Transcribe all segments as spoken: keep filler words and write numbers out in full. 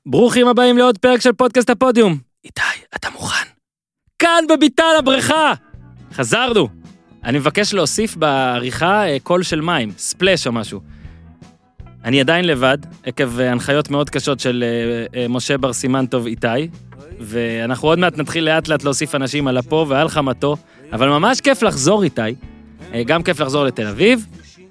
ברוכים הבאים לעוד פרק של פודקאסט הפודיום. איתי, אתה מוכן? כאן בביתן הבריכה! חזרנו. אני מבקש להוסיף בעריכה קול של מים, ספלש או משהו. אני עדיין לבד, עקב הנחיות מאוד קשות של משה בר סימן-טוב איתי, ואנחנו עוד מעט נתחיל לאט לאט להוסיף אנשים על אפו ועל חמתו, אבל ממש כיף לחזור איתי, גם כיף לחזור לתל אביב,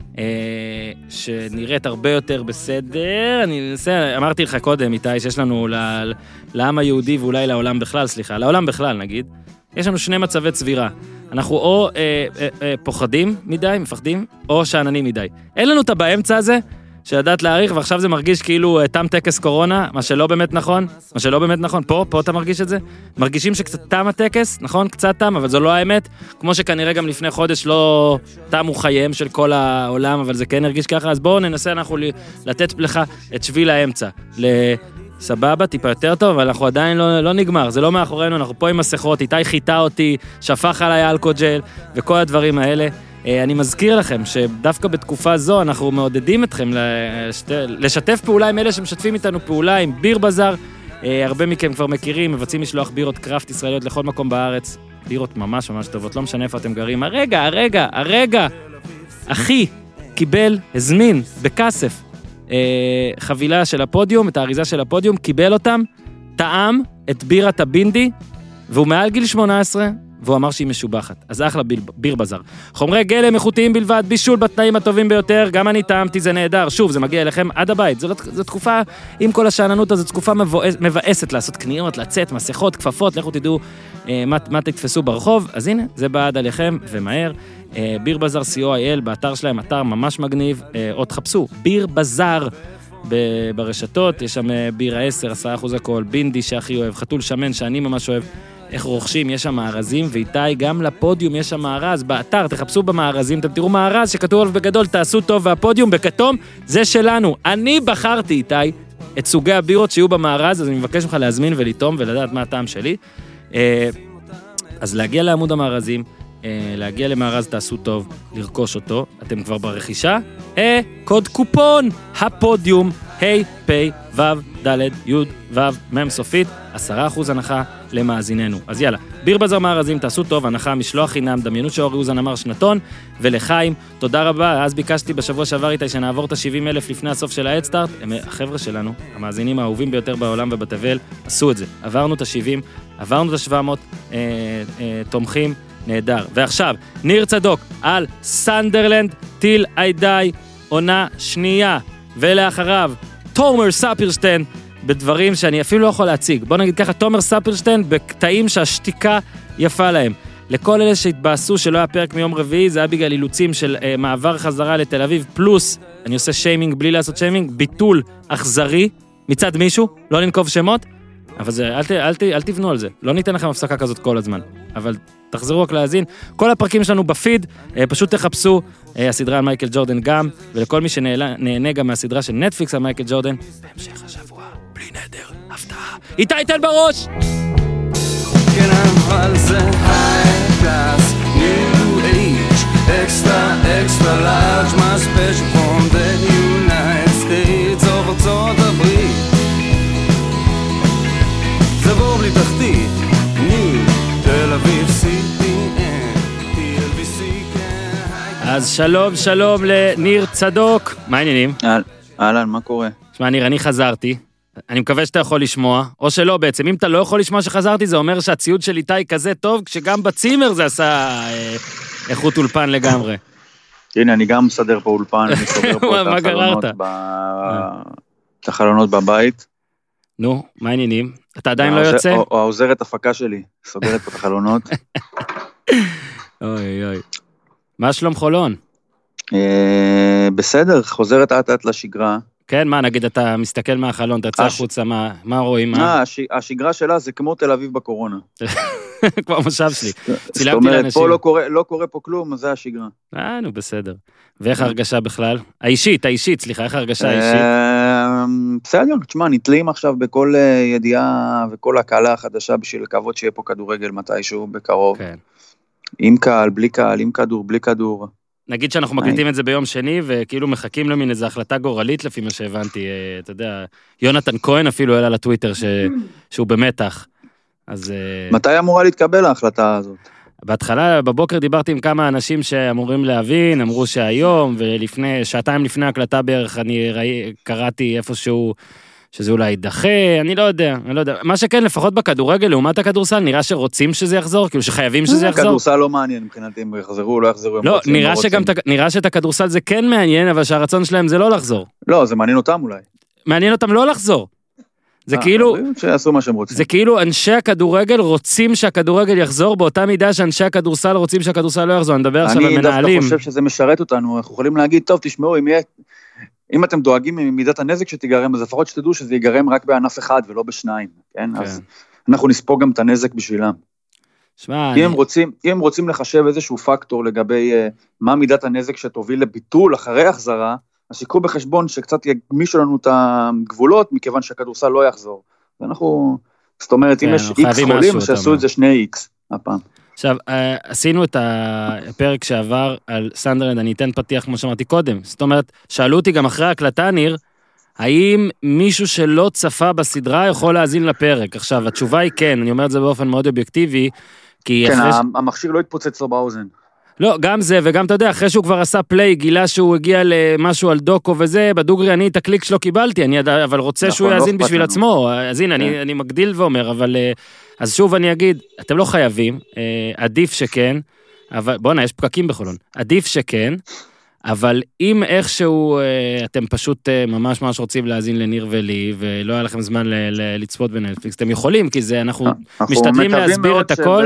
שנראית הרבה יותר בסדר. אני אנסה, אמרתי לך קודם איתי שיש לנו לעם היהודי ואולי לעולם בכלל, סליחה, לעולם בכלל נגיד, יש לנו שני מצבי צבירה. אנחנו או אה, אה, אה, פוחדים מדי, מפחדים, או שעננים מדי. אין לנו את באמצע הזה, שידעת להעריך, ועכשיו זה מרגיש כאילו אה, תם טקס קורונה, מה שלא באמת נכון, מה שלא באמת נכון, פה, פה אתה מרגיש את זה. מרגישים שקצת תם הטקס, נכון? קצת תם, אבל זו לא האמת. כמו שכנראה גם לפני חודש לא תמו חייהם של כל העולם, אבל זה כן הרגיש ככה, אז בואו ננסה אנחנו לתת לך את שביל האמצע. ל... סבבה, טיפה יותר טוב, אבל אנחנו עדיין לא, לא נגמר, זה לא מאחורינו, אנחנו פה עם מסכות, איתי חיטה אותי, שפך עליי אלכוג'ל, וכל הדברים האלה. אני מזכיר לכם שדווקא בתקופה זו אנחנו מעודדים אתכם לשתף פעולה עם אלה שמשתפים איתנו פעולה, עם ביר בזאר, הרבה מכם כבר מכירים, מבצעים משלוח בירות קראפט ישראליות לכל מקום בארץ, בירות ממש ממש טובות, לא משנה איפה אתם גרים, הרגע, הרגע, הרגע, אחי, קיבל, הזמין, בכסף, חבילה של הפודיום, את האריזה של הפודיום, קיבל אותם, טעם את בירת הבינדי, והוא מעל גיל שמונה עשרה, והוא אמר שהיא משובחת. אז אחלה ביר, ביר בזאר. חומרי גלם איכותיים בלבד, בישול בתנאים הטובים ביותר, גם אני טעמתי, זה נהדר. שוב, זה מגיע אליכם עד הבית. זו, זו תקופה, עם כל השעננות, זו תקופה מבואס, מבאסת לעשות קניות, לצאת, מסכות, כפפות, לכו תדעו אה, מה, מה תתפסו ברחוב. אז הנה, זה בעד עליכם, ומהר. אה, ביר בזאר סי או איי אל, באתר שלהם, אתר ממש מגניב. אה, עוד חפשו, ביר בזאר ברשתות, יש שם בירה עשר, עשרה אחוז הכל, בינדי שהכי אוהב, חתול שמן שאני ממש אוהב. איך רוכשים, יש שם מארזים, ואיתי גם לפודיום יש שם מארז, באתר, תחפשו במארזים, אתם תראו מארז שכתוב עליו בגדול, תעשו טוב, והפודיום בכתום, זה שלנו. אני בחרתי איתי את סוגי הבירות שיהיו במארז, אז אני מבקש ממך להזמין ולטום ולדעת מה הטעם שלי. אז להגיע לעמוד המארזים, להגיע למארז תעשו טוב, לרכוש אותו, אתם כבר ברכישה, אה, קוד קופון, הפודיום, היי, פי, וו, דלת, יוד, וו, מם סופית, עשרה אחוז הנחה למאזיננו. אז יאללה, ביר בזאר מארזים, תעשו טוב, הנחה, משלוח חינם, דמיינו שאורי אוזן אמר שנתון, ולחיים, תודה רבה, אז ביקשתי בשבוע שעבר איתי שנעבור את ה-שבעים אלף לפני הסוף של ההדסטארט, הם החבר'ה שלנו, המאזינים האהובים ביותר בעולם ובתבל, עשו את זה, עברנו את ה-שבעים, עברנו את ה-שבע מאות, אה, אה, תומכים, נהדר. ועכשיו, ניר צדוק על סנדרלנד, טיל איי-די, עונה שנייה, ולאחריו, תומר ספירשטיין, בדברים שאני אפילו לא יכול להציג. בוא נגיד ככה, תומר ספירשטיין, בקטעים שהשתיקה יפה להם. לכל אלה שהתבאסו שלא היה פרק מיום רביעי, זה היה בגלל אילוצים של אה, מעבר חזרה לתל אביב, פלוס, אני עושה שיימינג בלי לעשות שיימינג, ביטול אכזרי, מצד מישהו, לא לנקוב שמות, אבל זה, אל, ת, אל, ת, אל תבנו על זה, לא ניתן לכם הפסקה כזאת כל הזמן, אבל תחזרו רק להאזין, כל הפרקים שלנו בפיד, פשוט תחפשו, הסדרה על מייקל ג'ורדן גם, ולכל מי שנהנה גם מהסדרה של נטפליקס על מייקל ג'ורדן, בהמשך השבוע, בלי נדר, הפתעה, איתי תן בראש! כן, אבל זה high class, new age, extra, extra large, my special from the United States of ארצות הברית. זה בור בלי תחתית, new, תל אביב, סי פי אן, טי אל וי סי, כן. אז שלום, שלום לניר צדוק. מה העניינים? אהלן, מה קורה? שמע, ניר, אני חזרתי. אני מקווה שאתה יכול לשמוע, או שלא בעצם. אם אתה לא יכול לשמוע שחזרתי, זה אומר שהציוד של איתי כזה טוב, כשגם בצימר זה עשה אה, איכות אולפן לגמרי. הנה, אני גם מסדר פה אולפן, אני מסדר פה את החלונות, ב... את החלונות בבית. נו, מה העניינים? אתה עדיין לא יוצא? או, או העוזרת הפקה שלי, סודרת פה את החלונות. אוי אוי. מה שלום חולון? אה, בסדר, חוזרת עט עט לשגרה. כן, מה, נגיד, אתה מסתכל מהחלון, אתה צא חוצה, מה, מה רואים? אה, השגרה שלה זה כמו תל אביב בקורונה. כבר מושב שלי. זאת אומרת, פה לא קורה, לא קורה פה כלום, אז זה השגרה. אה, נו, בסדר. ואיך ההרגשה בכלל? האישית, האישית, סליחה, איך ההרגשה האישית? בסדר, תשמע, נתלים עכשיו בכל ידיעה וכל הקהלה החדשה בשביל לקוות שיהיה פה כדורגל מתישהו בקרוב. עם קהל, בלי קהל, עם כדור, בלי כדור. נגיד שאנחנו מקליטים את זה ביום שני, וכאילו מחכים למין איזו החלטה גורלית, לפי מה שהבנתי, אתה יודע, יונתן כהן אפילו העלה לטוויטר שהוא במתח. אז... מתי אמורה להתקבל ההחלטה הזאת? בהתחלה, בבוקר דיברתי עם כמה אנשים שאמורים להבין, אמרו שהיום, ולפני, שעתיים לפני הקלטה בערך, אני ראי, קראתי איפשהו, שזה אולי יידחה, אני לא יודע, אני לא יודע. מה שכן, לפחות בכדורגל, לעומת הכדורסל, נראה שרוצים שזה יחזור, כאילו שחייבים שזה יחזור. הכדורסל לא מעניין, מבחינתי אם יחזרו או לא יחזרו. לא, נראה שגם, נראה שאת הכדורסל זה כן מעניין, אבל שהרצון שלהם זה לא לחזור. לא, זה מעניין אותם אולי. מעניין אותם לא לחזור. זה כאילו, שיעשו מה שהם רוצים. זה כאילו אנשי הכדורגל רוצים שהכדורגל יחזור, באותה מידה שאנשי הכדורסל רוצים שהכדורסל לא יחזור. אני מדבר עכשיו על מנהלים. אני דווקא חושב שזה משרת אותנו, אנחנו יכולים להגיד, טוב, תשמעו, אם יהיה, אם אתם דואגים ממידת הנזק שתיגרם, אז לפחות שתדעו שזה ייגרם רק בענף אחד ולא בשניים, כן? אז אנחנו נספוג גם את הנזק בשבילם. שמע, אם הם רוצים, אם הם רוצים לחשב איזשהו פקטור לגבי מה מידת הנזק שתוביל לביטול אחרי החזרה, אז שיקחו בחשבון שקצת יגמישו לנו את הגבולות, מכיוון שהכדורסל לא יחזור. ואנחנו, זאת אומרת, אם יש איקס חולים, שעשו את זה שני איקס הפעם. עכשיו, עשינו את הפרק שעבר על סנדרלנד, אני אתן פתיח כמו שאמרתי קודם. זאת אומרת, שאלו אותי גם אחרי ההקלטה, ניר, האם מישהו שלא צפה בסדרה יכול להאזין לפרק? עכשיו, התשובה היא כן, אני אומר את זה באופן מאוד אובייקטיבי, כי כן, אחרי... המכשיר לא התפוצץ לו באוזן. לא, גם זה, וגם אתה יודע, אחרי שהוא כבר עשה פליי, גילה שהוא הגיע למשהו על דוקו וזה, בדוגרי אני את הקליק שלו קיבלתי, אני אבל רוצה נכון, שהוא יאזין לא בשביל לנו. עצמו, אז הנה, כן. אני, אני מגדיל ואומר, אבל, אז שוב אני אגיד, אתם לא חייבים, עדיף שכן, אבל, בוא נה, יש פקקים בחולון, עדיף שכן, אבל אם איכשהו אתם פשוט ממש ממש רוצים להאזין לניר ולי, ולא היה לכם זמן ל- ל- לצפות בנטפליקס, אתם יכולים, כי זה, אנחנו, אנחנו משתדלים להסביר את הכל.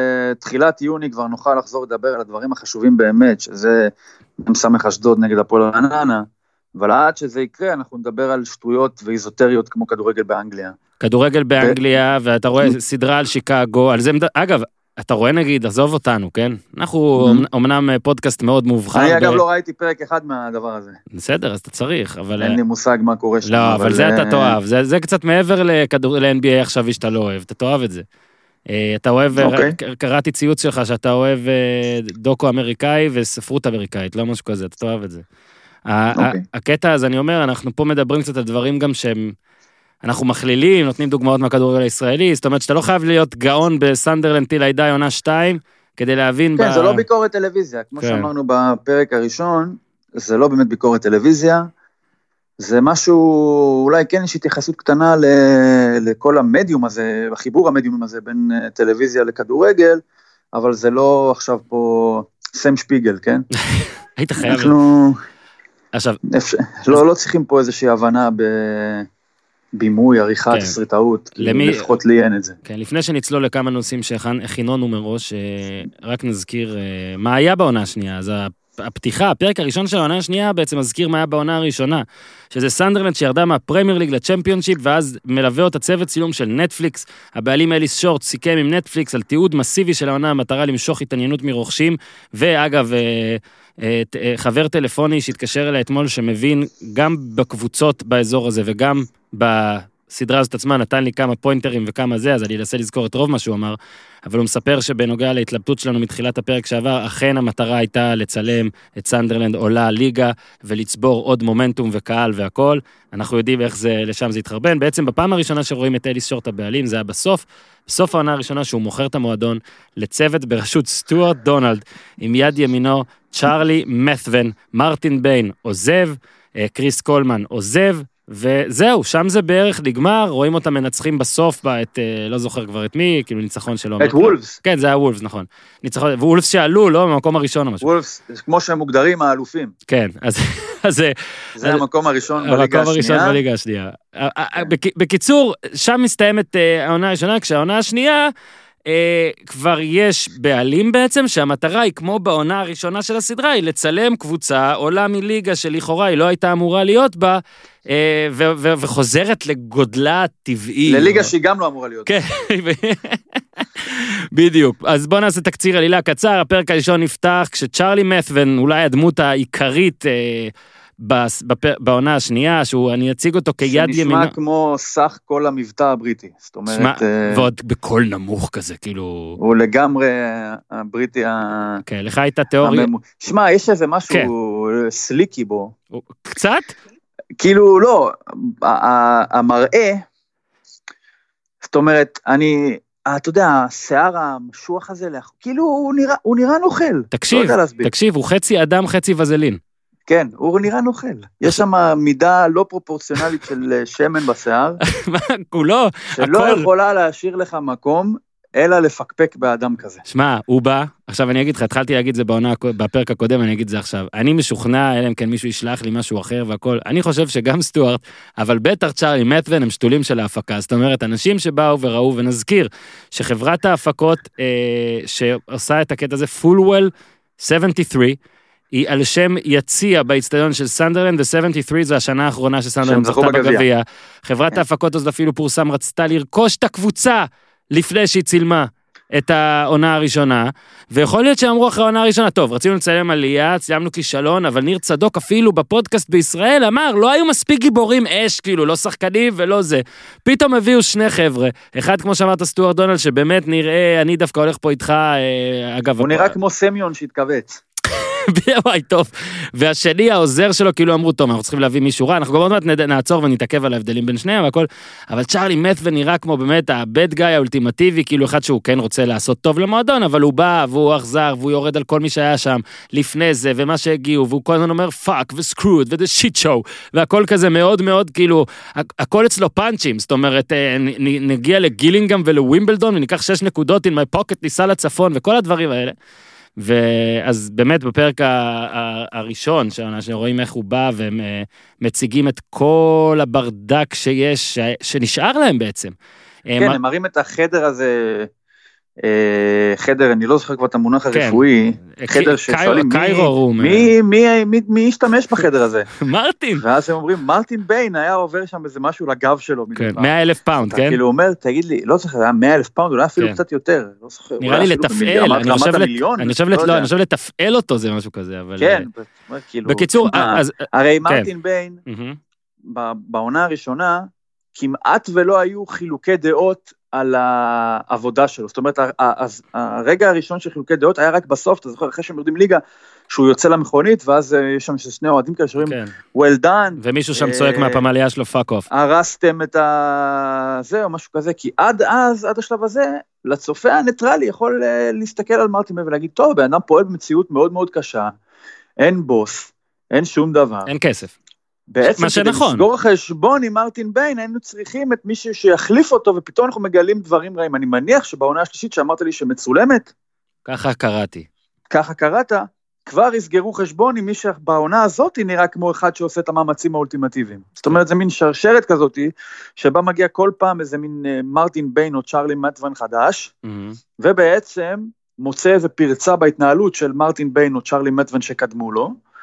בתחילת יוני כבר נוכל לחזור לדבר על הדברים החשובים באמת, שזה מסמך אשדוד נגד הפועל רעננה, אבל עד שזה יקרה, אנחנו נדבר על שטויות ואיזוטריות כמו כדורגל באנגליה. כדורגל באנגליה, ואתה רואה סדרה על שיקגו, על זה, אגב, אתה רואה נגיד, עזוב אותנו, כן? אנחנו אמנם פודקאסט מאוד מובחר. אני אגב לא ראיתי פרק אחד מהדבר הזה. בסדר, אז אתה צריך, אבל... אין לי מושג מה קורה שם. לא, אבל זה אתה תאהב, זה קצת מעבר ל-אן בי איי עכשיו שאתה לא אוהב, אתה תאהב את זה. אתה אוהב, קראתי ציוץ שלך שאתה אוהב דוקו אמריקאי וספרות אמריקאית, לא משהו כזה, אתה תאהב את זה. הקטע הזה, אני אומר, אנחנו פה מדברים קצת על דברים גם שהם... אנחנו מכלילים, נותנים דוגמאות מהכדורגל הישראלי, זאת אומרת שאתה לא חייב להיות גאון בסנדרלנד טיל די עונה שתיים, כדי להבין... כן, ב... זה לא ביקורת טלוויזיה, כמו כן. שאמרנו בפרק הראשון, זה לא באמת ביקורת טלוויזיה, זה משהו, אולי כן יש התייחסות קטנה ל... לכל המדיום הזה, החיבור המדיום הזה בין טלוויזיה לכדורגל, אבל זה לא עכשיו פה סם שפיגל, כן? היית חייב... אנחנו... עכשיו... אפשר... לא, לא צריכים פה איזושהי הבנה ב... בימוי, עריכה, תסריטאות, לפחות לי אין את זה. כן, לפני שנצלול לכמה נושאים שהכינונו מראש, רק נזכיר מה היה בעונה השנייה, אז הפתיחה, הפרק הראשון של העונה השנייה בעצם מזכיר מה היה בעונה הראשונה, שזה סנדרלנד שירדה מהפרמייר ליג לצ'מפיונשיפ, ואז מלווה אותה צוות צילום של נטפליקס, הבעלים אליס שורט סיכם עם נטפליקס על תיעוד מסיבי של העונה, המטרה למשוך התעניינות מרוכשים, ואגב, חבר טלפוני שהתקשר אליה אתמול שמבין גם בקבוצות באזור הזה וגם בסדרה הזאת עצמה נתן לי כמה פוינטרים וכמה זה, אז אני אנסה לזכור את רוב מה שהוא אמר, אבל הוא מספר שבנוגע להתלבטות שלנו מתחילת הפרק שעבר, אכן המטרה הייתה לצלם את סנדרלנד עולה ליגה ולצבור עוד מומנטום וקהל והכל, אנחנו יודעים איך זה, לשם זה התחרבן, בעצם בפעם הראשונה שרואים את אליס שורט הבעלים, זה היה בסוף, בסוף העונה הראשונה שהוא מוכר את המועדון לצוות בראשות סטוארט דונלד, עם יד ימינו צ'ארלי מת'וון, מרטין ביין עוזב, קריס קולמן עוזב, וזהו, שם זה בערך נגמר, רואים אותם מנצחים בסוף, את, לא זוכר כבר את מי, כאילו ניצחון שלו. את וולפס. כן, זה היה וולפס, נכון. ניצחון, וולפס שעלו, לא, במקום הראשון או משהו. וולפס, כמו שהם מוגדרים, האלופים. כן, אז... זה המקום הראשון בליגה השנייה. המקום הראשון בליגה השנייה. בקיצור, שם מסתיימת העונה הראשונה, כשהעונה השנייה, כבר יש בעלים בעצם, שהמטרה היא כמו בעונה הראשונה של הסדרה, היא לצלם קבוצה, עולה מליגה שלכאורה היא לא הייתה אמורה להיות בה, וחוזרת לגודלה טבעי. לליגה שהיא גם לא אמורה להיות. כן, בדיוק. אז בואו נעשה תקציר עלילה קצר, הפרק הראשון נפתח, כשצ'ארלי מת'וון, אולי הדמות העיקרית בעונה השנייה, שאני אציג אותו כיד ימינה. שנשמע כמו סך כל המבטא הבריטי, זאת אומרת... שמה, ועוד בקול נמוך כזה, כאילו... הוא לגמרי הבריטי ה... כן, לך הייתה תיאוריה... שמע, יש איזה משהו סליקי בו. קצת? כאילו, לא, המראה, זאת אומרת, אני... אתה יודע, השיער המשוח הזה, כאילו הוא נראה, הוא נראה נוכל. תקשיב, תקשיב, הוא חצי אדם, חצי וזלין. כן, הוא נראה נוכל. יש שם מידה לא פרופורציונלית של שמן בשיער. מה, כולו, שלא יכולה להשאיר לך מקום, אלא לפקפק באדם כזה. שמע, הוא בא, עכשיו אני אגיד לך, התחלתי להגיד זה בעונה, בפרק הקודם, אני אגיד זה עכשיו. אני משוכנע, אלא אם כן מישהו ישלח לי משהו אחר והכל. אני חושב שגם סטוארט, אבל בטח צ'ארלי מת'ון הם שתולים של ההפקה. זאת אומרת, אנשים שבאו וראו, ונזכיר שחברת ההפקות אה, שעושה את הקטע הזה, פולוול שבעים ושלוש, היא על שם יציע באצטדיון של סנדרלנד, ו-שבעים ושלוש זו השנה האחרונה שסנדרלנד זכתה בגביע. חברת ההפקות הזאת אפילו פורסם רצתה לרכוש את הקבוצה לפני שהיא צילמה את העונה הראשונה, ויכול להיות שאמרו אחרי העונה הראשונה, טוב, רצינו לצלם עלייה, ציימנו כישלון, אבל ניר צדוק אפילו בפודקאסט בישראל אמר, לא היו מספיק גיבורים אש, כאילו, לא שחקנים ולא זה. פתאום הביאו שני חבר'ה, אחד כמו שאמרת סטוארט דונלד, שבאמת נראה, אני דווקא הולך פה איתך, אגב... הוא נראה כמו סמיון שהתכווץ. וואי, טוב. והשני, העוזר שלו, כאילו אמרו, טוב, אנחנו צריכים להביא מישהו רע, אנחנו גם עוד מעט נעצור ונתעכב על ההבדלים בין שניהם והכל, אבל צ'ארלי מת'ון נראה כמו באמת הבד גאי האולטימטיבי, כאילו אחד שהוא כן רוצה לעשות טוב למועדון, אבל הוא בא והוא אכזר, והוא יורד על כל מי שהיה שם לפני זה, ומה שהגיעו, והוא כל הזמן אומר פאק וסקרוד ודה שיט שואו, והכל כזה מאוד מאוד, כאילו, הכל אצלו פאנצ'ים, זאת אומרת, נגיע לגילינגהם ולווימבלדון, וניקח שש נקודות in my pocket, ניסה לצפון, וכל הדברים האלה. ואז באמת בפרק הראשון, שרואים איך הוא בא ומציגים את כל הברדק שיש, שנשאר להם בעצם. כן, הם מראים את החדר הזה, חדר, אני לא זוכר כבר את המונח הרפואי, חדר ששואלים, מי השתמש בחדר הזה? מרטין. ואז הם אומרים, מרטין ביין היה עובר שם איזה משהו לגב שלו. מאה אלף פאונד, כן? כאילו אומר, תגיד לי, לא זוכר, היה מאה אלף פאונד, אולי אפילו קצת יותר, לא זוכר. נראה לי לתפעל, אני חושב לתפעל אותו זה משהו כזה, אבל... כן, בקיצור, הרי מרטין ביין, בעונה הראשונה, כמעט ולא היו חילוקי דעות על העבודה שלו, זאת אומרת, הרגע הראשון של חילוקי דעות היה רק בסוף, אתה זוכר, אחרי שהם יורדים ליגה, שהוא יוצא למכונית, ואז יש שם שני אוהדים כאלה שאומרים, well done. ומישהו שם צועק מהפמליה שלו, fuck off. הרסתם את זה, או משהו כזה, כי עד אז, עד השלב הזה, לצופה הניטרלי יכול להסתכל על מרטין ביין ולהגיד, טוב, בן אדם פועל במציאות מאוד מאוד קשה, אין בוס, אין שום דבר. אין כסף. בעצם כדי לסגור חשבון עם מרטין ביין, היינו צריכים את מישהו שיחליף אותו, ופתאום אנחנו מגלים דברים רעים. אני מניח שבעונה השלישית שאמרת לי שמצולמת, ככה קראתי. ככה קראת, כבר יסגרו חשבון עם מישהו בעונה הזאת, נראה כמו אחד שעושה את המאמצים האולטימטיביים. זאת אומרת, זה מין שרשרת כזאת, שבה מגיע כל פעם איזה מין מרטין ביין או צ'ארלי מת'ון חדש, ובעצם מוצא איזה פרצה בהתנהלות של מרטין ביין או צ'ארלי מת'ון שקדמו לו,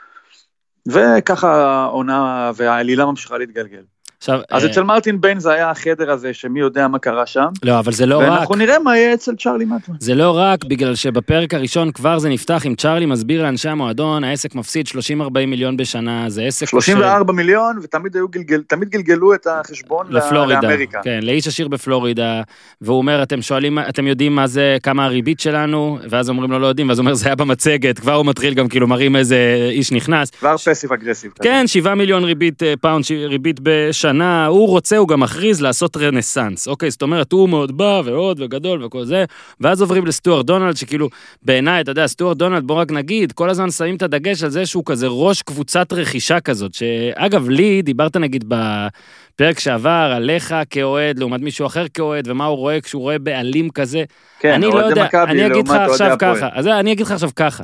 וככה העונה והעלילה ממשיכה להתגלגל. עכשיו, אז אצל מרטין ביין זה היה החדר הזה, שמי יודע מה קרה שם. לא, אבל זה לא רק. ואנחנו נראה מה יהיה אצל צ'ארלי מת'ון. זה לא רק, בגלל שבפרק הראשון כבר זה נפתח עם צ'ארלי מסביר לאנשי המועדון, העסק מפסיד שלושים ארבעים מיליון בשנה, זה עסק... שלושים וארבע מיליון, ותמיד היו גלגל, תמיד גלגלו את החשבון לפלורידה, לאמריקה. כן, לאיש עשיר בפלורידה, והוא אומר, אתם שואלים, אתם יודעים מה זה, כמה הריבית שלנו, ואז אומרים לו לא יודעים, ואז אומר, זה היה במצגת, כבר הוא מתחיל גם כאילו מראים איזה איש נכנס. כבר פסיב אגרסיב. כן, שבעה מיליון ריבית, פאונד, ריבית בשנה, הוא רוצה, הוא גם מכריז לעשות רנסנס, אוקיי, זאת אומרת, הוא מאוד בא ועוד וגדול וכל זה, ואז עוברים לסטוארט דונלד, שכאילו, בעיניי, אתה יודע, סטוארט דונלד, בוא רק נגיד, כל הזמן שמים את הדגש על זה שהוא כזה ראש קבוצת רכישה כזאת, שאגב, לי, דיברת נגיד בפרק שעבר, עליך כאוהד, לעומת מישהו אחר כאוהד, ומה הוא רואה כשהוא רואה בעלים כזה, כן, אני לא יודע, אני אגיד לך עכשיו ככה, אז אני אגיד לך עכשיו ככה,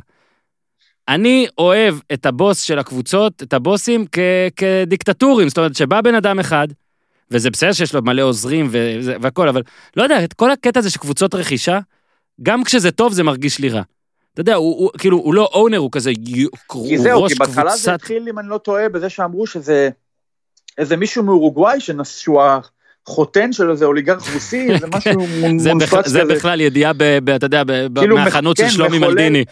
אני אוהב את הבוס של הקבוצות, את הבוסים, כ- כדיקטטורים, זאת אומרת, שבא בן אדם אחד, וזה בסדר שיש לו מלא עוזרים והכל, אבל לא יודע, את כל הקטע הזה שקבוצות רכישה, גם כשזה טוב זה מרגיש לי רע. אתה יודע, הוא, הוא, כאילו, הוא לא אונר, הוא כזה, הוא כי זהו, ראש כי בהתחלה קבוצת... זה התחיל, אם אני לא טועה, בזה שאמרו שזה איזה מישהו מאורוגוואי, שהוא חותן של איזה אוליגרך רוסי, זה משהו מונפץ כזה. זה בכלל ידיעה, אתה יודע, מהחנות של שלומי מלדיני.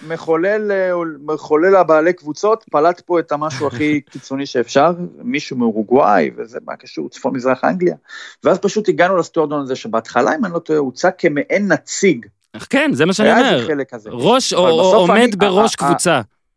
מחולל הבעלי קבוצות, פלט פה את המשהו הכי קיצוני שאפשר, מישהו מאורוגוואי, וזה מה קשור, צפון מזרח אנגליה, ואז פשוט הגענו לסטוארדון הזה, שבהתחלה, אם אני לא טועה, הוצא כמעין נציג. כן, זה מה שאני אומר. ראש, או עומד בראש קבוצה.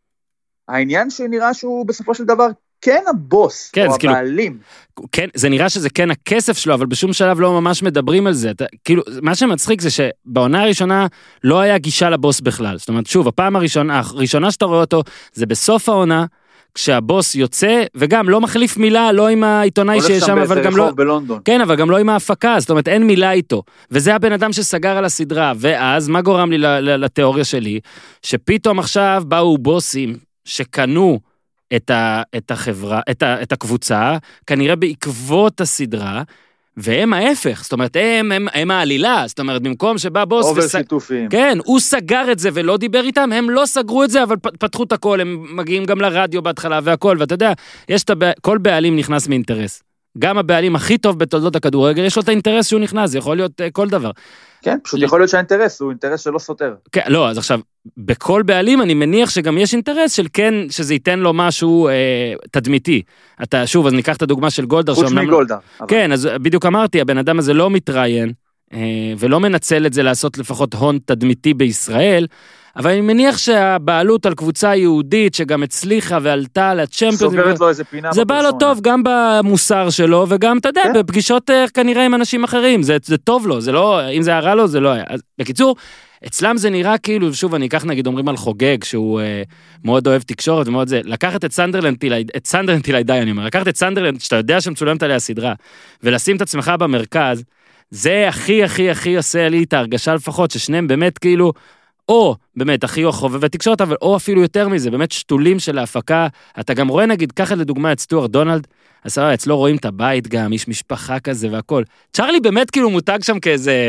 העניין שנראה שהוא בסופו של דבר כן הבוס, כן, או הבעלים. כאילו, כן, זה נראה שזה כן הכסף שלו, אבל בשום שלב לא ממש מדברים על זה. אתה, כאילו, מה שמצחיק זה שבעונה הראשונה לא היה גישה לבוס בכלל. זאת אומרת, שוב, הפעם הראשונה, הראשונה שאתה רואה אותו, זה בסוף העונה, כשהבוס יוצא, וגם לא מחליף מילה, לא עם העיתונאי שיש שם, אבל גם לא... בלונדון. כן, אבל גם לא עם ההפקה, זאת אומרת, אין מילה איתו. וזה הבן אדם שסגר על הסדרה, ואז, מה גורם לי לתיאוריה שלי? שפתאום עכשיו באו בוסים שקנו את, ה, את החברה, את, ה, את הקבוצה, כנראה בעקבות הסדרה, והם ההפך, זאת אומרת, הם, הם, הם העלילה, זאת אומרת, במקום שבא בוס... אובר שיתופים. כן, הוא סגר את זה ולא דיבר איתם, הם לא סגרו את זה, אבל פתחו את הכל, הם מגיעים גם לרדיו בהתחלה והכל, ואתה יודע, יש את הבע... כל בעלים נכנס מאינטרס. גם הבעלים הכי טוב בתולדות הכדורגל, יש לו את האינטרס שהוא נכנס, זה יכול להיות uh, כל דבר. כן, פשוט יכול להיות שהאינטרס הוא אינטרס שלא סותר. כן, לא, אז עכשיו, בכל בעלים אני מניח שגם יש אינטרס של כן, שזה ייתן לו משהו אה, תדמיתי. אתה, שוב, אז ניקח את הדוגמה של גולדר. חוץ מגולדר. כן, אז בדיוק אמרתי, הבן אדם הזה לא מתראיין, אה, ולא מנצל את זה לעשות לפחות הון תדמיתי בישראל, אבל אני מניח שהבעלות על קבוצה יהודית, שגם הצליחה ועלתה לצ'מפיונס, סוגרת לו איזה פינה. זה בא לו טוב, גם במוסר שלו, וגם, אתה יודע, כן. בפגישות כנראה עם אנשים אחרים, זה, זה טוב לו, זה לא, אם זה היה רע לו, זה לא היה. אז, בקיצור, אצלם זה נראה כאילו, שוב, אני אקח נגיד, אומרים על חוגג, שהוא אה, מאוד אוהב תקשורת, ומאוד זה, לקחת את סנדרלנד, את סנדרלנד תילאי, אני אומר, לקחת את סנדרלנד, שאתה יודע שמצולמת עליה הסדרה, ולשים את עצמך במרכז, זה הכי, הכי, הכי עושה לי את ההרגשה לפחות, ששניהם באמת כאילו, או באמת הכי חובבי תקשורת, אבל או אפילו יותר מזה, באמת שתולים של ההפקה, אתה גם רואה נגיד, ככה לדוגמה את סטוארט דונלד, אז אצלו רואים את הבית גם, איש משפחה כזה והכל. צ'רלי באמת כאילו מותג שם כאיזה,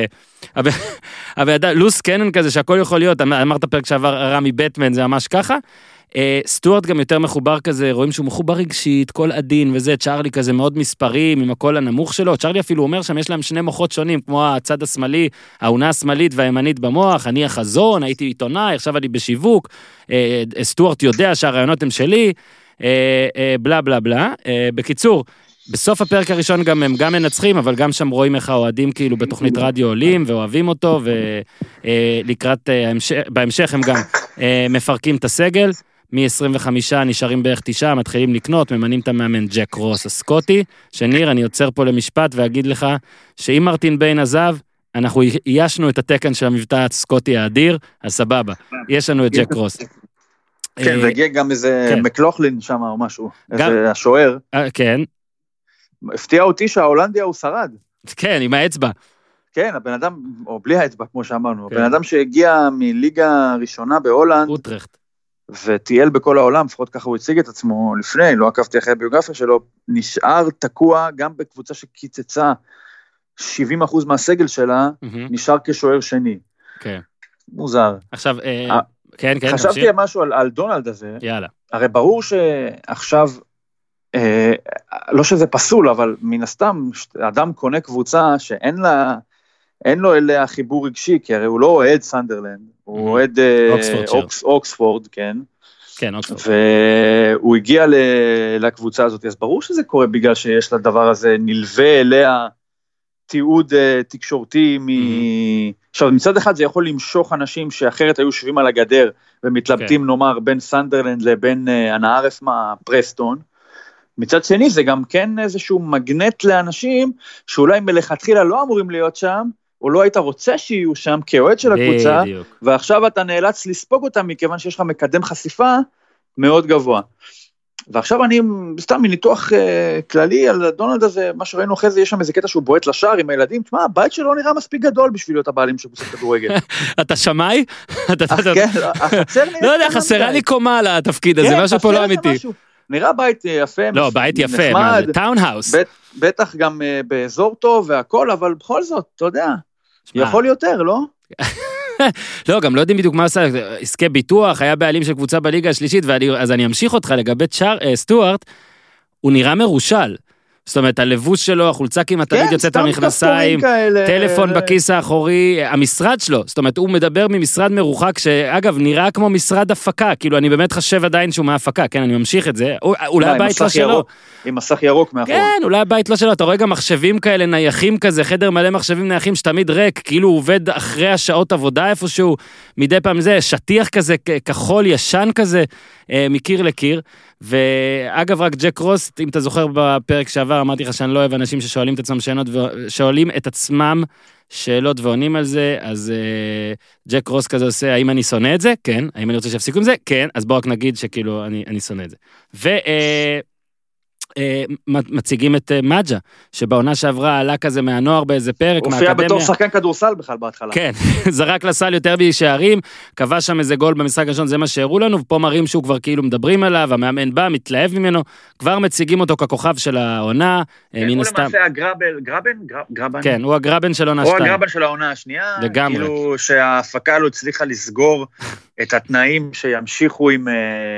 אבל לוס קנן כזה שהכל יכול להיות, אמרת פרק שעבר רמי בטמן, זה ממש ככה, סטוארט גם יותר מחובר כזה, רואים שהוא מחובר רגשית, כל עדין וזה, צ'רלי כזה מאוד מספרים, עם הקול הנמוך שלו, צ'רלי אפילו אומר שם, יש להם שני מוחות שונים, כמו הצד השמאלי, העונה השמאלית והימנית במוח, אני החזון, הייתי עיתונאי, עכשיו אני בשיווק, סטוארט יודע שהרעיונות הם שלי, בלה בלה בלה, בקיצור, בסוף הפרק הראשון גם הם גם מנצחים, אבל גם שם רואים איך האוהדים כאילו בתוכנית רדיו עולים ואוהבים אותו, ולקראת, בהמשך הם גם מפרקים את הסגל, מ-עשרים וחמישה נשארים בערך תשעה, מתחילים לקנות, ממנים את המאמן ג'ק רוס הסקוטי, שניר, אני יוצר פה למשפט ואגיד לך, שאם מרטין ביין עזב, אנחנו איישנו את התקן של המבטא הסקוטי האדיר, אז סבבה, יש לנו את ג'ק רוס. כן, והגיע גם איזה מקלוחלין שם או משהו, איזה השוער. כן. הפתיע אותי שההולנדיה הוא שרד. כן, עם האצבע. כן, הבן אדם, או בלי האצבע, כמו שאמרנו, הבן אדם שהגיע מליגה ראשונה בהולנד, אוטרחט. וטייל בכל העולם, לפחות ככה הוא הציג את עצמו לפני, לא עקבתי אחרי הביוגרפיה שלו, נשאר תקוע גם בקבוצה שקיצצה שבעים אחוז מהסגל שלה, נשאר כשוער שני. כן. מוזר. עכשיו, כן, כן. חשבתי משהו על דונלד הזה. יאללה. הרי ברור שעכשיו, לא שזה פסול, אבל מן הסתם, אדם קונה קבוצה שאין לה, אין לו אליה חיבור רגשי, כי הרי הוא לא אוהד סנדרלנד, הוא אוהד אוקספורד, כן. כן, אוקספורד. והוא הגיע לקבוצה הזאת, אז ברור שזה קורה בגלל שיש לדבר הזה נלווה אליה תיעוד תקשורתי מ... עכשיו, מצד אחד זה יכול למשוך אנשים שאחרת היו שווים על הגדר, ומתלבטים נאמר בין סנדרלנד לבין הנערף מה פרסטון, מצד שני זה גם כן איזשהו מגנט לאנשים, שאולי מלכתחילה לא אמורים להיות שם, או לא היית רוצה שיהיו שם כאוהד של הקבוצה, ועכשיו אתה נאלץ לספוג אותם, מכיוון שיש לך מקדם חשיפה מאוד גבוה. ועכשיו אני, סתם מניתוח uh, כללי על דונלד הזה, מה שראינו אחרי זה, יש שם איזה קטע שהוא בועט לשער עם הילדים, תשמע, הבית שלו נראה מספיק גדול בשביל להיות הבעלים של קבוצת כדורגל. אתה שמאי? כן, החצר נראה... לא יודע, חסרה לי קומה על התפקיד הזה, משהו פה לא אמיתי. נראה בית יפה, לא, בית יפה, מה זה? טאונהאוס. בטח גם באזור טוב והכל, אבל בכל זאת, אתה יודע, יכול יותר, לא? לא, גם לא יודעים בדיוק מה עושה, עסקי ביטוח, היה בעלים של קבוצה בליגה השלישית, אז אני אמשיך אותך לגבי סטוארט, הוא נראה מרושל, זאת אומרת, הלבוש שלו, החולצה כמעט תמיד יוצאת מהמכנסיים, טלפון בכיס האחורי, המשרד שלו, זאת אומרת, הוא מדבר ממשרד מרוחק, שאגב, נראה כמו משרד הפקה, כאילו, אני באמת חושב עדיין שהוא מהפקה, כן, אני ממשיך את זה, אולי הבית לא שלו. עם מסך ירוק מאחורה. כן, אולי הבית לא שלו, אתה רואה גם מחשבים כאלה, נייחים כזה, חדר מלא מחשבים נייחים, שתמיד ריק, כאילו הוא עובד אחרי השעות עבודה איפשהו, מדי פעם זה, שטיח כזה, כחול ישן כזה, מקיר לקיר, ואגב רק ג'ק רוס, אם אתה זוכר בפרק שעבר, אמרתי לך שאני לא אוהב אנשים ששואלים את עצמם שאלות, שואלים את עצמם שאלות ועונים על זה, אז uh, ג'ק רוס כזה עושה, האם אני שונא את זה? כן. האם אני רוצה שיפסיקו עם זה? כן. אז בואו רק נגיד שכאילו אני, אני שונא את זה. ו... Uh, מציגים את מג'ה, שבעונה שעברה עלה כזה מהנוער באיזה פרק, הוא הופיע בתור שחקן כדורסל בכלל בהתחלה. כן, זרק לסל יותר בשערים, קבע שם איזה גול במשחק הראשון, זה מה שהראו לנו, ופה מראים שהוא כבר כאילו מדברים עליו, המאמן בא, מתלהב ממנו, כבר מציגים אותו ככוכב של העונה, מן הסתם. הוא למעשה הגרבל, גרבן? גרבן? כן, הוא הגרבן של העונה שתיים. הוא הגרבן של העונה השנייה, לגמרי. כאילו שההפקה לא הצליחה לסגור את התנאים שימשיכו עם...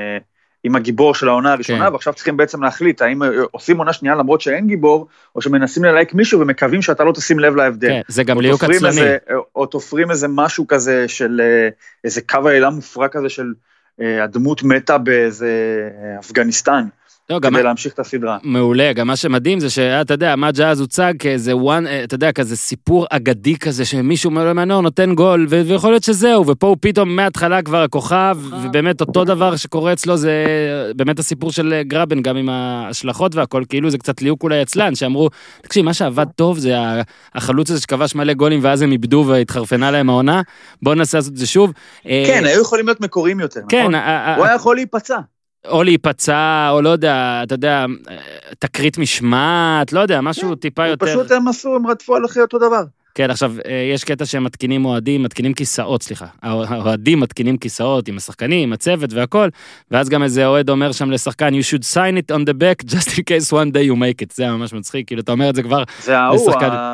עם הגיבור של העונה הראשונה, כן. ועכשיו צריכים בעצם להחליט, האם עושים עונה שנייה למרות שאין גיבור, או שמנסים ללייק מישהו ומקווים שאתה לא תשים לב להבדל. כן, זה גם ליהוק עצלני. איזה, או תופרים איזה משהו כזה של, איזה קו העילה מופרע כזה של הדמות מתה באיזה אפגניסטן. לא, כדי להמשיך את הסדרה. מעולה, גם מה שמדהים זה שאתה יודע, מג'ה אז הוצג כאיזה וואן, אתה יודע, כזה סיפור אגדי כזה, שמישהו מהנוער נותן גול, ויכול להיות שזהו, ופה הוא פתאום מההתחלה כבר הכוכב, ובאמת אותו דבר שקורה אצלו, זה באמת הסיפור של גרבן, גם עם ההשלכות והכל, כאילו זה קצת ליהוק אולי אצלן, שאמרו, תקשיב, מה שעבד טוב זה החלוץ הזה שכבש מלא גולים, ואז הם איבדו והתחרפנה להם העונה, בואו ננסה לעשות את זה שוב. כן, היו יכולים להיות מקוריים יותר, נכון? הוא היה יכול להיפצע. או להיפצע, או לא יודע, אתה יודע, תקרית משמעת, לא יודע, משהו טיפה יותר... פשוט הם עשו, הם רדפו על אחרי אותו דבר. כן, עכשיו, יש קטע שהם מתקינים אוהדים, מתקינים כיסאות, סליחה. האוהדים מתקינים כיסאות עם השחקנים, עם הצוות והכל, ואז גם איזה אוהד אומר שם לשחקן, you should sign it on the back, just in case one day you make it. זה ממש מצחיק, כאילו, אתה אומר את זה כבר... זה ההוא,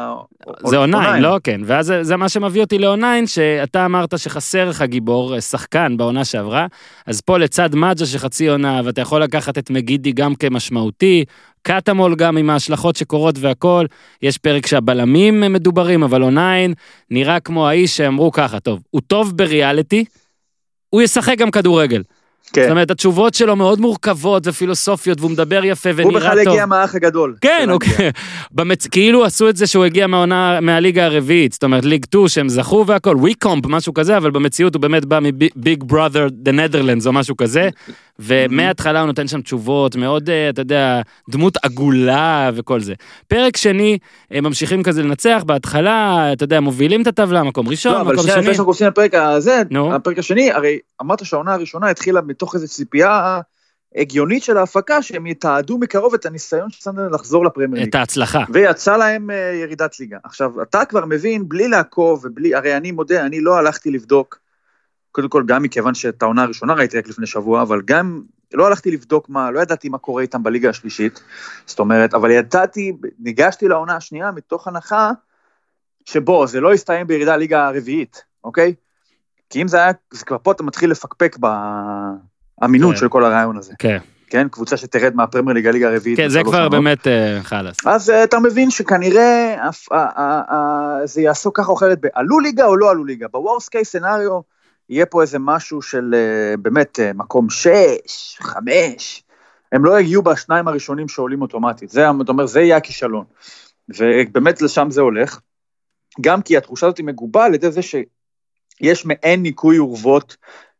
זה אונליין, לא? כן. ואז זה מה שמביא אותי לאונליין, שאתה אמרת שחסר לך גיבור, שחקן בעונה שעברה, אז פה לצד מג'ה שחצי עונה, ואתה יכול לקחת את מגידי גם כמשמעותי, קטמול גם עם ההשלכות שקורות והכל, יש פרק שהבלמים מדוברים, אבל אונליין נראה כמו האיש שאמרו ככה, טוב, הוא טוב בריאליטי, הוא ישחק גם כדורגל. כן. זאת אומרת, התשובות שלו מאוד מורכבות ופילוסופיות, והוא מדבר יפה ונראה טוב. הוא בכלל הגיע מהאח הגדול. כן, אוקיי. במצ... כאילו עשו את זה שהוא הגיע מהעונה, מהליגה הרביעית, זאת אומרת, ליג שתיים שהם זכו והכל, וויקומפ, משהו כזה, אבל במציאות הוא באמת בא מביג בראדר, the Netherlands, או משהו כזה, ומההתחלה הוא נותן שם תשובות, מאוד, אתה יודע, דמות עגולה וכל זה. פרק שני, הם ממשיכים כזה לנצח, בהתחלה, אתה יודע, מובילים את הטבלה, מקום ראשון, מקום שני. אבל שני, שאנחנו עושים הפרק הזה, הפרק השני, הרי אמרת שהעונה הראשונה התחילה מתוך איזו ציפייה הגיונית של ההפקה, שהם יתעדו מקרוב את הניסיון של סנדרלנד לחזור לפרמייר ליג. את ההצלחה. ויצא להם ירידת ליגה. עכשיו, אתה כבר מבין, בלי לעקוב, ובלי, הרי אני מודה, אני לא הלכתי לבדוק, קודם כל גם מכיוון שאת העונה הראשונה ראיתי רק לפני שבוע, אבל גם לא הלכתי לבדוק מה, לא ידעתי מה קורה איתם בליגה השלישית, זאת אומרת, אבל ידעתי, ניגשתי לעונה השנייה מתוך הנחה, שבו זה לא יסתיים בירידה הליגה הרביעית, אוקיי? כי אם זה היה, זה כבר פה אתה מתחיל לפקפק באמינות של כל הרעיון הזה. כן. כן, קבוצה שתרד מהפרמייר ליג הליגה הרביעית. כן, זה כבר באמת חלס. אז אתה מבין שכנראה זה יעסוק ככה או אחרת, עלו ליגה או לא עלו ליגה. בוורסט קייס סנריו יהיה פה איזה משהו של באמת מקום שש, חמש, הם לא יגיעו בשניים הראשונים שעולים אוטומטית. זה, אתה אומר, זה יהיה הכישלון. ובאמת לשם זה הולך. גם כי התחושה הזאת היא מגובה על ידי זה ש... יש מעין ניקוי אורוות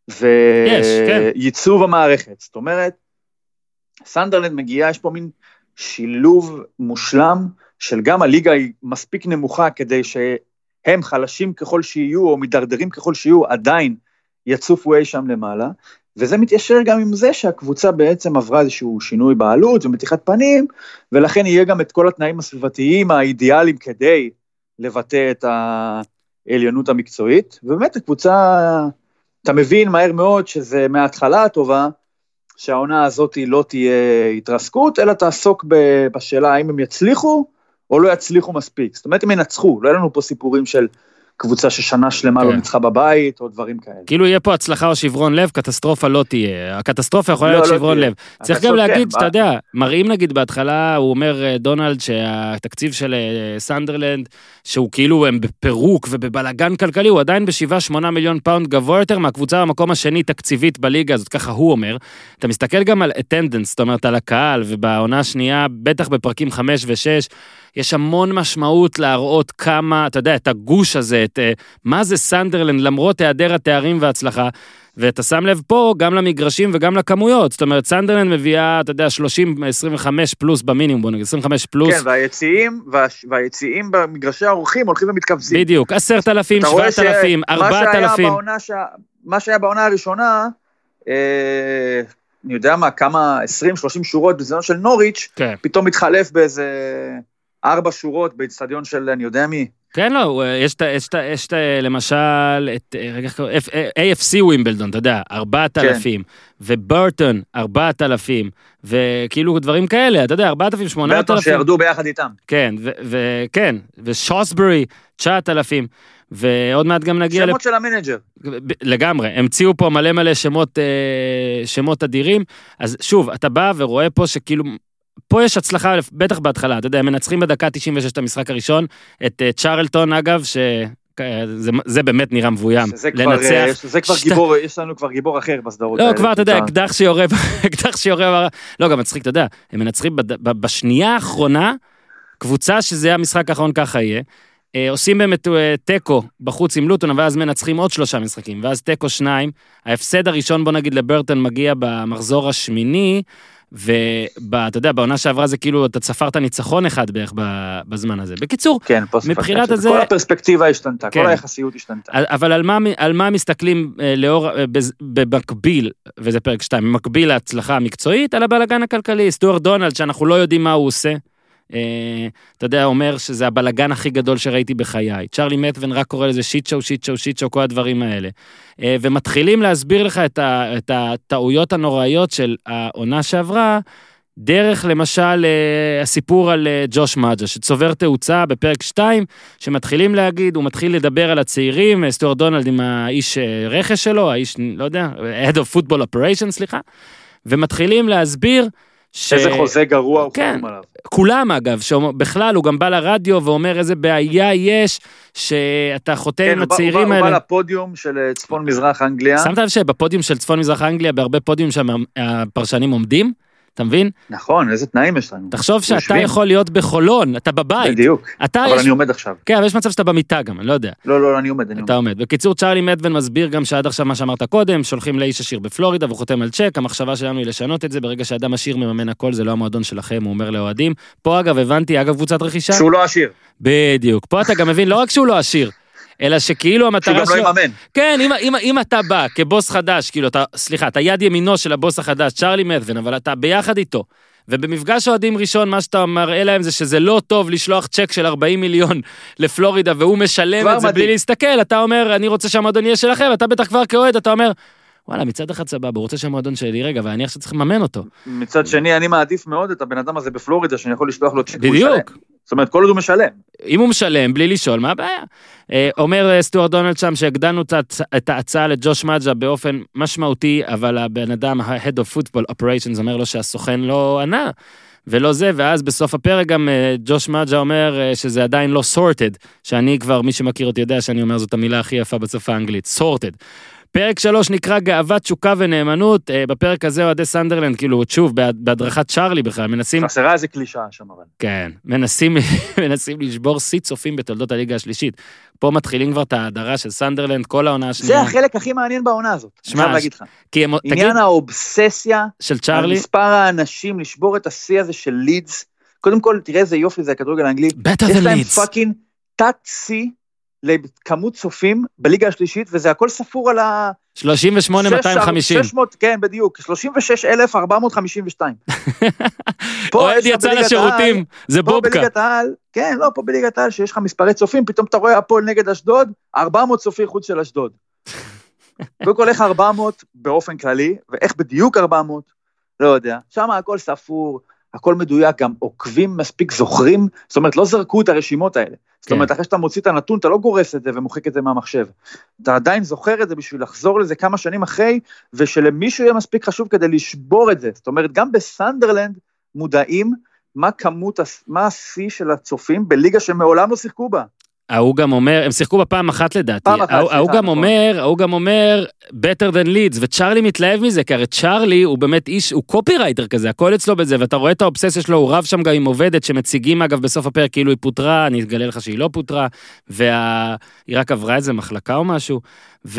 וייצוב המערכת. זאת אומרת, סנדרלנד מגיעה, יש פה מין שילוב מושלם, של גם הליגה היא מספיק נמוכה, כדי שהם חלשים ככל שיהיו, או מדרדרים ככל שיהיו, עדיין יצופו אי שם למעלה, וזה מתיישר גם עם זה שהקבוצה בעצם עברה איזשהו שינוי בעלות ומתיחת פנים, ולכן יהיה גם את כל התנאים הסביבתיים האידיאליים כדי לבטא את ה... עליונות המקצועית, ובאמת הקבוצה, אתה מבין מהר מאוד שזה מההתחלה הטובה, שהעונה הזאת לא תהיה התרסקות, אלא תעסוק בשאלה האם הם יצליחו, או לא יצליחו מספיק. זאת אומרת, הם ינצחו, לא היה לנו פה סיפורים של קבוצה ששנה שלמה לא ניצחה בבית, או דברים כאלה. כאילו יהיה פה הצלחה או שברון לב, קטסטרופה לא תהיה. הקטסטרופה יכולה להיות שברון לב. צריך גם להגיד, שאתה יודע, מראים נגיד בהתחלה, הוא אומר דונלד שהתקציב של סנדרלנד, שהוא כאילו הם בפירוק ובבלגן כלכלי, הוא עדיין בשבעה שמונה מיליון פאונד גבוה יותר, מהקבוצה במקום השני תקציבית בליגה הזאת, ככה הוא אומר. אתה מסתכל גם על attendance, זאת אומרת על הקהל, ובעונה השנייה, בטח בפרקים חמש ושש, יש המון משמעות להראות כמה, אתה יודע, את הגוש הזה, את מה זה סנדרלנד, למרות היעדר התארים וההצלחה, ואתה שם לב פה גם למגרשים וגם לכמויות, זאת אומרת, סנדרלנד מביאה, אתה יודע, שלושים, עשרים וחמש פלוס במינימום, בוא נגיד, עשרים וחמש פלוס. כן, והיציעים, והיציעים במגרשי האורחים הולכים ומתכווצים. בדיוק, עשרת אלפים, שבעת אלפים, ארבעת אלפים. מה שהיה בעונה הראשונה, אני יודע מה, כמה, עשרים שלושים שורות בזיון של נוריץ', פתאום מתחלף באיזה ארבע שורות באצטדיון של, אני יודע מי. כן, לא, יש, יש, יש למשל את איי אף סי ווימבלדון, אתה יודע, ארבעת אלפים, וברטון, ארבעת אלפים, וכאילו דברים כאלה, אתה יודע, ארבעת אלפים, שמונת אלפים. ברטון שירדו ביחד איתם. כן, וכן, ושוסברי, תשעת אלפים, ועוד מעט גם נגיע... שמות של המנג'ר. לגמרי, המציאו פה מלא מלא שמות, שמות אדירים, אז שוב, אתה בא ורואה פה שכאילו... פה יש הצלחה, בטח בהתחלה, אתה יודע, הם מנצחים בדקה תשעים ושש את המשחק הראשון, את צ'רלטון אגב, שזה זה באמת נראה מבוים, לנצח. זה כבר גיבור, יש לנו כבר גיבור אחר בסדרות. לא, כבר, אתה יודע, אקדח שיורה, אקדח שיורה, לא, גם מצחיק, אתה יודע, הם מנצחים בשנייה האחרונה, קבוצה שזה המשחק האחרון ככה יהיה, עושים באמת טקו בחוץ עם לוטון, ואז מנצחים עוד שלושה משחקים, ואז טקו שניים, ההפסד הראשון, בוא נגיד, לברטון מגיע במחזור השמיני, ואתה יודע, בעונה שעברה זה כאילו, אתה צפרת ניצחון אחד בערך בזמן הזה. בקיצור, כן, מבחינת הזה... כל הפרספקטיבה השתנתה, כן. כל היחסיות השתנתה. אבל על מה, על מה מסתכלים לאור, במקביל, וזה פרק שתיים, במקביל להצלחה המקצועית, על הבלגן הכלכלי, סטוארט דונלד, שאנחנו לא יודעים מה הוא עושה, אתה יודע, אומר שזה הבלגן הכי גדול שראיתי בחיי. צ'רלי מטוון רק קורא לזה שיט שואו, שיט שואו, שיט שואו, כל הדברים האלה. ומתחילים להסביר לך את הטעויות הנוראיות של העונה שעברה, דרך למשל הסיפור על ג'וש מג'ה, שצובר תאוצה בפרק שתיים, שמתחילים להגיד, הוא מתחיל לדבר על הצעירים, סטוארט דונלד עם האיש רכש שלו, האיש, לא יודע, Head of Football Operations, סליחה, ומתחילים להסביר ש... איזה חוזה גרוע הוא כן, חלום עליו. כולם אגב, שבכלל הוא גם בא לרדיו ואומר איזה בעיה יש, שאתה חותם כן, עם הצעירים הוא בא, האלה. הוא בא לפודיום של צפון מזרח אנגליה. שמת לב שבפודיום של צפון מזרח אנגליה, בהרבה פודיום שהפרשנים עומדים, אתה מבין? נכון, איזה תנאים יש לנו. תחשוב שאתה יושבים. יכול להיות בחולון, אתה בבית. בדיוק, אבל יש... אני עומד עכשיו. כן, אבל יש מצב שאתה במיטה גם, אני לא יודע. לא, לא, אני עומד, אני אתה עומד. בקיצור, צ'רלי מטוון מסביר גם שעד עכשיו מה שאמרת קודם, שולחים לאיש עשיר בפלורידה, והוא חותם על צ'ק, המחשבה שלנו היא לשנות את זה, ברגע שאדם עשיר מממן הכל, זה לא המועדון שלכם, הוא אומר לאוהדים. פה אגב, הבנתי, אגב, קבוצת רכישה. שהוא לא עשיר. בדיוק. פה אתה גם מבין, לא רק שהוא לא עשיר, אלא שכאילו המטרה שלו... כן, אם, אם, אם אתה בא כבוס חדש, כאילו, אתה, סליחה, אתה יד ימינו של הבוס החדש, צ'רלי מטוון, אבל אתה ביחד איתו, ובמפגש אוהדים ראשון, מה שאתה מראה להם זה שזה לא טוב לשלוח צ'ק של ארבעים מיליון לפלורידה, והוא משלם את זה בלי להסתכל, אתה אומר, אני רוצה שהמועדון יהיה שלכם, אתה בטח כבר כאוהד, אתה אומר, וואלה, מצד אחד סבבה, הוא רוצה שהמועדון שלי, רגע, ואני עכשיו צריך לממן אותו. מצד שני, אני מעדיף מאוד את הבן אדם הזה בפלורידה, שאני יכול לשלוח לו צ'ק. בדיוק. זאת אומרת, כל עוד הוא משלם. אם הוא משלם, בלי לשאול, מה הבעיה? אומר סטוארט דונלד שם, שהגדלנו את ההצעה לג'וש מג'ה באופן משמעותי, אבל הבן אדם, ה-Head of Football Operations, אומר לו שהסוכן לא ענה, ולא זה, ואז בסוף הפרק גם ג'וש מג'ה אומר שזה עדיין לא sorted, שאני כבר, מי שמכיר אותי יודע שאני אומר, זאת המילה הכי יפה בשפה האנגלית, sorted. פרק שלוש נקרא גאוות תשוקה ונאמנות, בפרק הזה אוהדי סנדרלנד, כאילו, שוב, בהדרכת צ'רלי בכלל, מנסים... חסרה איזה קלישה שם, אבל. כן, מנסים, מנסים לשבור שיא צופים בתולדות הליגה השלישית. פה מתחילים כבר את ההדרה של סנדרלנד, כל העונה השנייה. זה החלק הכי מעניין בעונה הזאת, אני חייב להגיד לך. כי הם... עניין תגיד... האובססיה, של צ'רלי, מספר האנשים, לשבור את השיא הזה של לידס, קודם כל, תראה איזה יופי זה הכדורגל האנגלי. יש להם פאקינג תת שיא, לכמות צופים בליגה השלישית, וזה הכל ספור על ה... שלושים ושמונה אלף מאתיים וחמישים. שש מאות, כן, בדיוק, שלושים ושש אלף ארבע מאות חמישים ושתיים. אוהד יצא לשירותים, זה בובקה. פה בליגת העל, כן, לא, פה בליגת העל, שיש לך מספרי צופים, פתאום אתה רואה הפועל נגד אשדוד, ארבע מאות צופי חוץ של אשדוד. וכל איך ארבע מאות באופן כללי, ואיך בדיוק ארבע מאות, לא יודע. שם הכל ספור, הכל מדויק, גם עוקבים מספיק זוכרים, זאת אומרת, לא זרקו את הרשימות האלה. זאת אומרת, אחרי שאתה מוציא את הנתון, אתה לא גורס את זה ומוחק את זה מהמחשב. אתה עדיין זוכר את זה בשביל לחזור לזה כמה שנים אחרי, ושלמישהו יהיה מספיק חשוב כדי לשבור את זה. זאת אומרת, גם בסנדרלנד מודעים מה כמות, מה השיא של הצופים בליגה שמעולם לא שיחקו בה. הוא גם אומר, הם שיחקו בפעם אחת לדעתי, הוא גם אומר, הוא גם אומר, better than Leeds, וצ'ארלי מתלהב מזה, כי הרי צ'ארלי הוא באמת איש, הוא קופירייטר כזה, הכל אצלו בזה, ואתה רואה את האובססיה שלו, הוא רב שם גם עם עובדת, שמציגים אגב בסוף הפרק, כאילו היא פוטרה, אני אגלה לך שהיא לא פוטרה, והיא רק עברה איזה מחלקה או משהו, ו...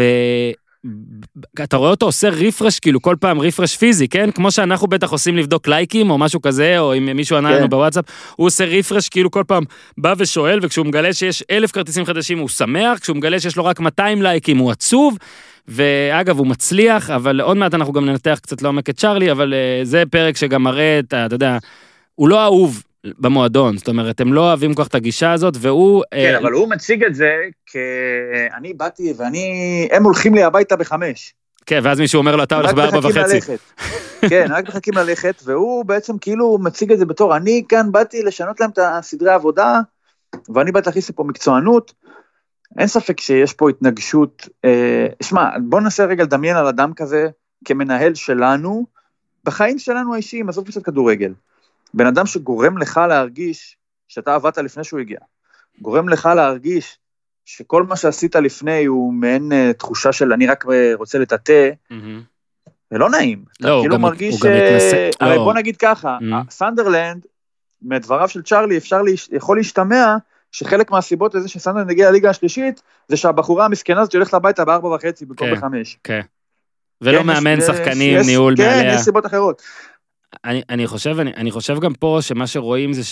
אתה רואה אותו עושה ריפרש, כאילו כל פעם ריפרש פיזי, כן? כמו שאנחנו בטח עושים לבדוק לייקים או משהו כזה, או אם מישהו ענה לנו בוואטסאפ, הוא עושה ריפרש, כאילו כל פעם בא ושואל, וכשהוא מגלה שיש אלף כרטיסים חדשים הוא שמח, כשהוא מגלה שיש לו רק מאתיים לייקים הוא עצוב, ואגב הוא מצליח, אבל עוד מעט אנחנו גם ננתח קצת לעומק את צ'ארלי, אבל זה פרק שגם מראה את, אתה יודע, הוא לא אהוב במועדון, זאת אומרת, הם לא אוהבים כל כך את הגישה הזאת, והוא... כן, אבל הוא מציג את זה, כי אני באתי ואני, הם הולכים לי הביתה בחמש. כן, ואז מישהו אומר לו, אתה הולך בארבע וחצי. כן, רק מחכים ללכת, והוא בעצם כאילו מציג את זה בתור, אני כאן באתי לשנות להם את הסדרי העבודה, ואני באתי להכניס פה מקצוענות, אין ספק שיש פה התנגשות, שמע, בוא ננסה רגע לדמיין על אדם כזה, כמנהל שלנו, בחיים שלנו האישיים, עזוב קצת כדורגל. בן אדם שגורם לך להרגיש שאתה עבדת לפני שהוא הגיע, גורם לך להרגיש שכל מה שעשית לפני הוא מעין uh, תחושה של אני רק רוצה לטאטא, mm-hmm. זה לא נעים. לא, אתה כאילו גם, מרגיש ש... מתנסה... הרי לא. בוא נגיד ככה, mm-hmm. סנדרלנד, מדבריו של צ'ארלי, אפשר להש... יכול להשתמע שחלק מהסיבות לזה שסנדרלנד הגיע לליגה השלישית, זה שהבחורה המסכנה הזאת הולכת הביתה בארבע וחצי, במקום בחמש. כן, ולא מאמן שחקנים, ניהול מעליה. כן, יש סיבות אחרות. אני, אני חושב, אני, אני חושב גם פה שמה שרואים זה ש...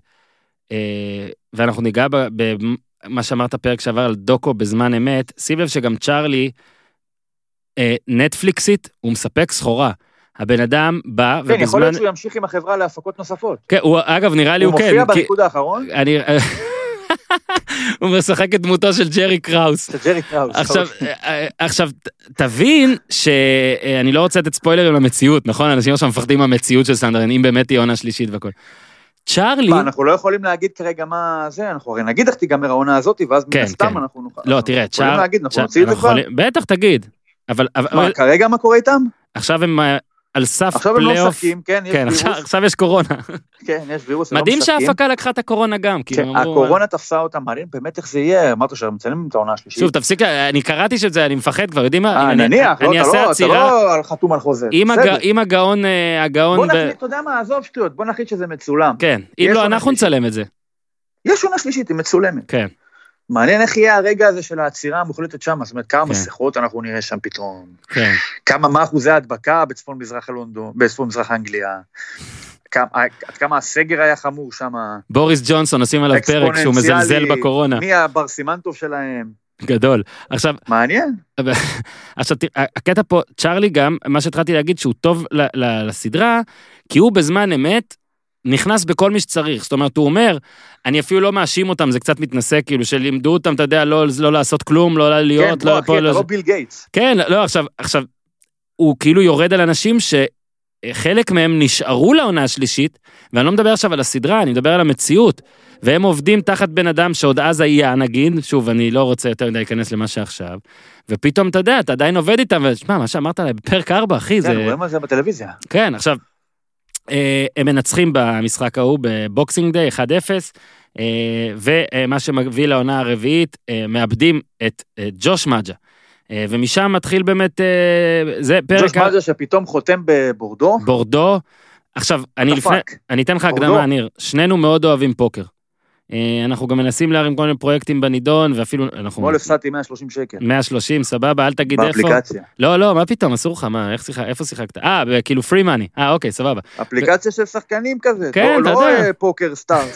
אה, ואנחנו ניגע במה שאמרת פרק שעבר על דוקו בזמן אמת, שים לב שגם צ'ארלי, אה, נטפליקסית, הוא מספק סחורה. הבן אדם בא, כן, ובזמן... יכול להיות שהוא ימשיך עם החברה להפקות נוספות. כן, הוא, אגב, נראה לי הוא, הוא כן. הוא מופיע בריקוד כי... האחרון? אני... הוא משחק את דמותו של ג'רי קראוס. של ג'רי קראוס. עכשיו, עכשיו, תבין שאני לא רוצה לתת ספוילרים למציאות, נכון? אנשים עכשיו מפחדים מהמציאות של סנדרלנד, אם באמת היא עונה שלישית והכל. צ'ארלי... מה, אנחנו לא יכולים להגיד כרגע מה זה, אנחנו הרי נגיד איך תיגמר העונה הזאת, ואז מן הסתם אנחנו נוכל... לא, תראה, צ'ארלי... אנחנו נוציא את זה כבר? בטח, תגיד. מה, כרגע מה קורה איתם? עכשיו הם... על סף עכשיו פלייאוף. עכשיו הם לא משחקים, כן, יש כן, וירוס. עכשיו, עכשיו יש קורונה. כן, יש וירוס, הם לא מדהים משחקים. שההפקה לקחה את הקורונה גם. כן, אמרו, הקורונה תפסה אותם, מעניין באמת איך זה יהיה, אמרת שהם מצלמים את העונה השלישית. שוב, תפסיק, אני קראתי שזה, אני מפחד כבר, יודעים מה? אה, נניח, לא, אתה לא חתום על חוזה. אם הגאון, הגאון... בוא נחליט, אתה יודע מה, עזוב שטויות, בוא נחליט שזה מצולם. כן, אם לא, אנחנו נצלם את זה. יש עונה שלישית, היא מצולמת. כן. מעניין איך יהיה הרגע הזה של העצירה המוחלטת שם, זאת אומרת, כמה מסכות אנחנו נראה שם פתאום. כן. כמה, מה אחוזי ההדבקה בצפון מזרח לונדון, בצפון מזרח אנגליה. כמה, עד כמה הסגר היה חמור שם. בוריס ג'ונסון עושים עליו פרק שהוא מזלזל בקורונה. מי הבר סימנטוב שלהם. גדול. עכשיו... מעניין. עכשיו, הקטע פה, צ'ארלי גם, מה שהתחלתי להגיד שהוא טוב לסדרה, כי הוא בזמן אמת, נכנס בכל מי שצריך, זאת אומרת, הוא אומר, אני אפילו לא מאשים אותם, זה קצת מתנסה, כאילו, שלימדו אותם, אתה יודע, לא, לא לעשות כלום, לא להיות, כן, לא... בוא, אחי, אתה לא ביל גייטס. כן, לא, עכשיו, עכשיו, הוא כאילו יורד על אנשים שחלק מהם נשארו לעונה השלישית, ואני לא מדבר עכשיו על הסדרה, אני מדבר על המציאות, והם עובדים תחת בן אדם שעוד אז היה, נגיד, שוב, אני לא רוצה יותר מדי להיכנס למה שעכשיו, ופתאום, אתה יודע, אתה עדיין עובד איתם, ושמע, מה שאמרת עליי, בפרק ארבע, אחי, זה... כן, רואים על זה בטלוויזיה. כן, עכשיו, הם מנצחים במשחק ההוא בבוקסינג דיי, אחד אפס, ומה שמביא לעונה הרביעית, מאבדים את ג'וש מג'ה, ומשם מתחיל באמת, זה פרק... ג'וש מג'ה שפתאום חותם בבורדו. בורדו, עכשיו, אני לפני, אני אתן לך הקדמה, ניר, שנינו מאוד אוהבים פוקר. אנחנו גם מנסים להרים כל מיני פרויקטים בנידון, ואפילו אנחנו... מול הפסדתי מאה ושלושים שקל. מאה ושלושים, סבבה, אל תגיד איפה. באפליקציה. לא, לא, מה פתאום, אסור לך, מה, איך שיחקת, איפה שיחקת? אה, כאילו פרי מאני, אה, אוקיי, סבבה. אפליקציה של שחקנים כזה, כן, אתה יודע. לא פוקר סטארס.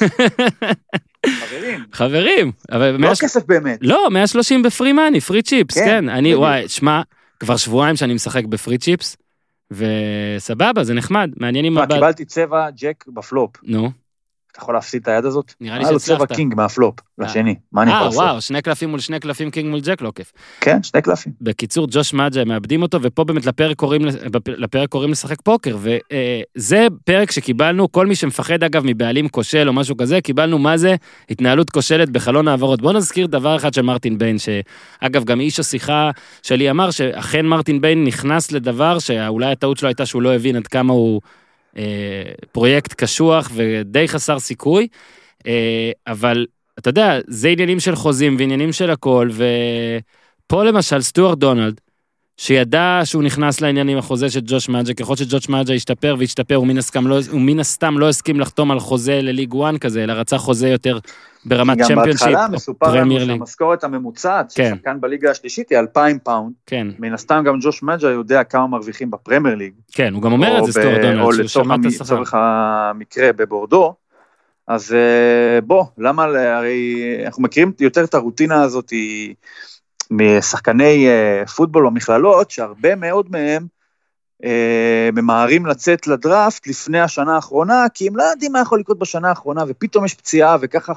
חברים. חברים. לא כסף באמת. לא, מאה ושלושים בפרי מאני, פרי צ'יפס, כן. אני, וואי, שמה, כבר שבועיים שאני משחק בפרי צ'יפס, וסבבה, זה נחמד, מעניין עם... קיבלתי צבע ג'ק בפלופ. נו. אתה יכול להפסיד את היד הזאת? נראה לי שהצלחת. היה לו צבע קינג מהפלופ, לשני. מה אני יכול לעשות? אה, וואו, שני קלפים מול שני קלפים, קינג מול ג'ק לא כיף. כן, שני קלפים. בקיצור, ג'וש מג'ה, הם מאבדים אותו, ופה באמת לפרק קוראים, לפרק קוראים לשחק פוקר, וזה פרק שקיבלנו, כל מי שמפחד אגב מבעלים כושל או משהו כזה, קיבלנו מה זה התנהלות כושלת בחלון העברות. בואו נזכיר דבר אחד של מרטין ביין, שאגב, גם איש השיחה שלי אמר, שאכן מרטין ביין נכנס לדבר, שאולי הטעות שלו הייתה שהוא לא הבין עד כמה הוא פרויקט קשוח ודי חסר סיכוי, אבל אתה יודע, זה עניינים של חוזים ועניינים של הכל, ופה למשל סטוארט דונלד, שידע שהוא נכנס לעניינים החוזה של ג'וש מג'ה, ככל שג'וש מג'ה ישתפר וישתפר, הוא מן הסתם לא, הוא מן הסתם לא הסכים לחתום על חוזה לליג וואן כזה, אלא רצה חוזה יותר ברמת צ'מפיונשיפ, גם בהתחלה מסופר לנו שהמשכורת הממוצעת, ששחקן בליגה השלישית היא אלפיים פאונד, כן. מן הסתם גם ג'וש מג'ה יודע כמה מרוויחים בפרמייר ליג. כן, הוא גם אומר את זה סטוארט דונלד, או לצורך המקרה בבורדו, אז בוא, למה, הרי אנחנו מכירים יותר את הרוטינה הזאת משחקני פוטבול או מכללות, שהרבה מאוד מהם ממהרים לצאת לדראפט לפני השנה האחרונה, כי הם לא יודעים מה יכול לקרות בשנה האחרונה, ופתאום יש פציעה, וככה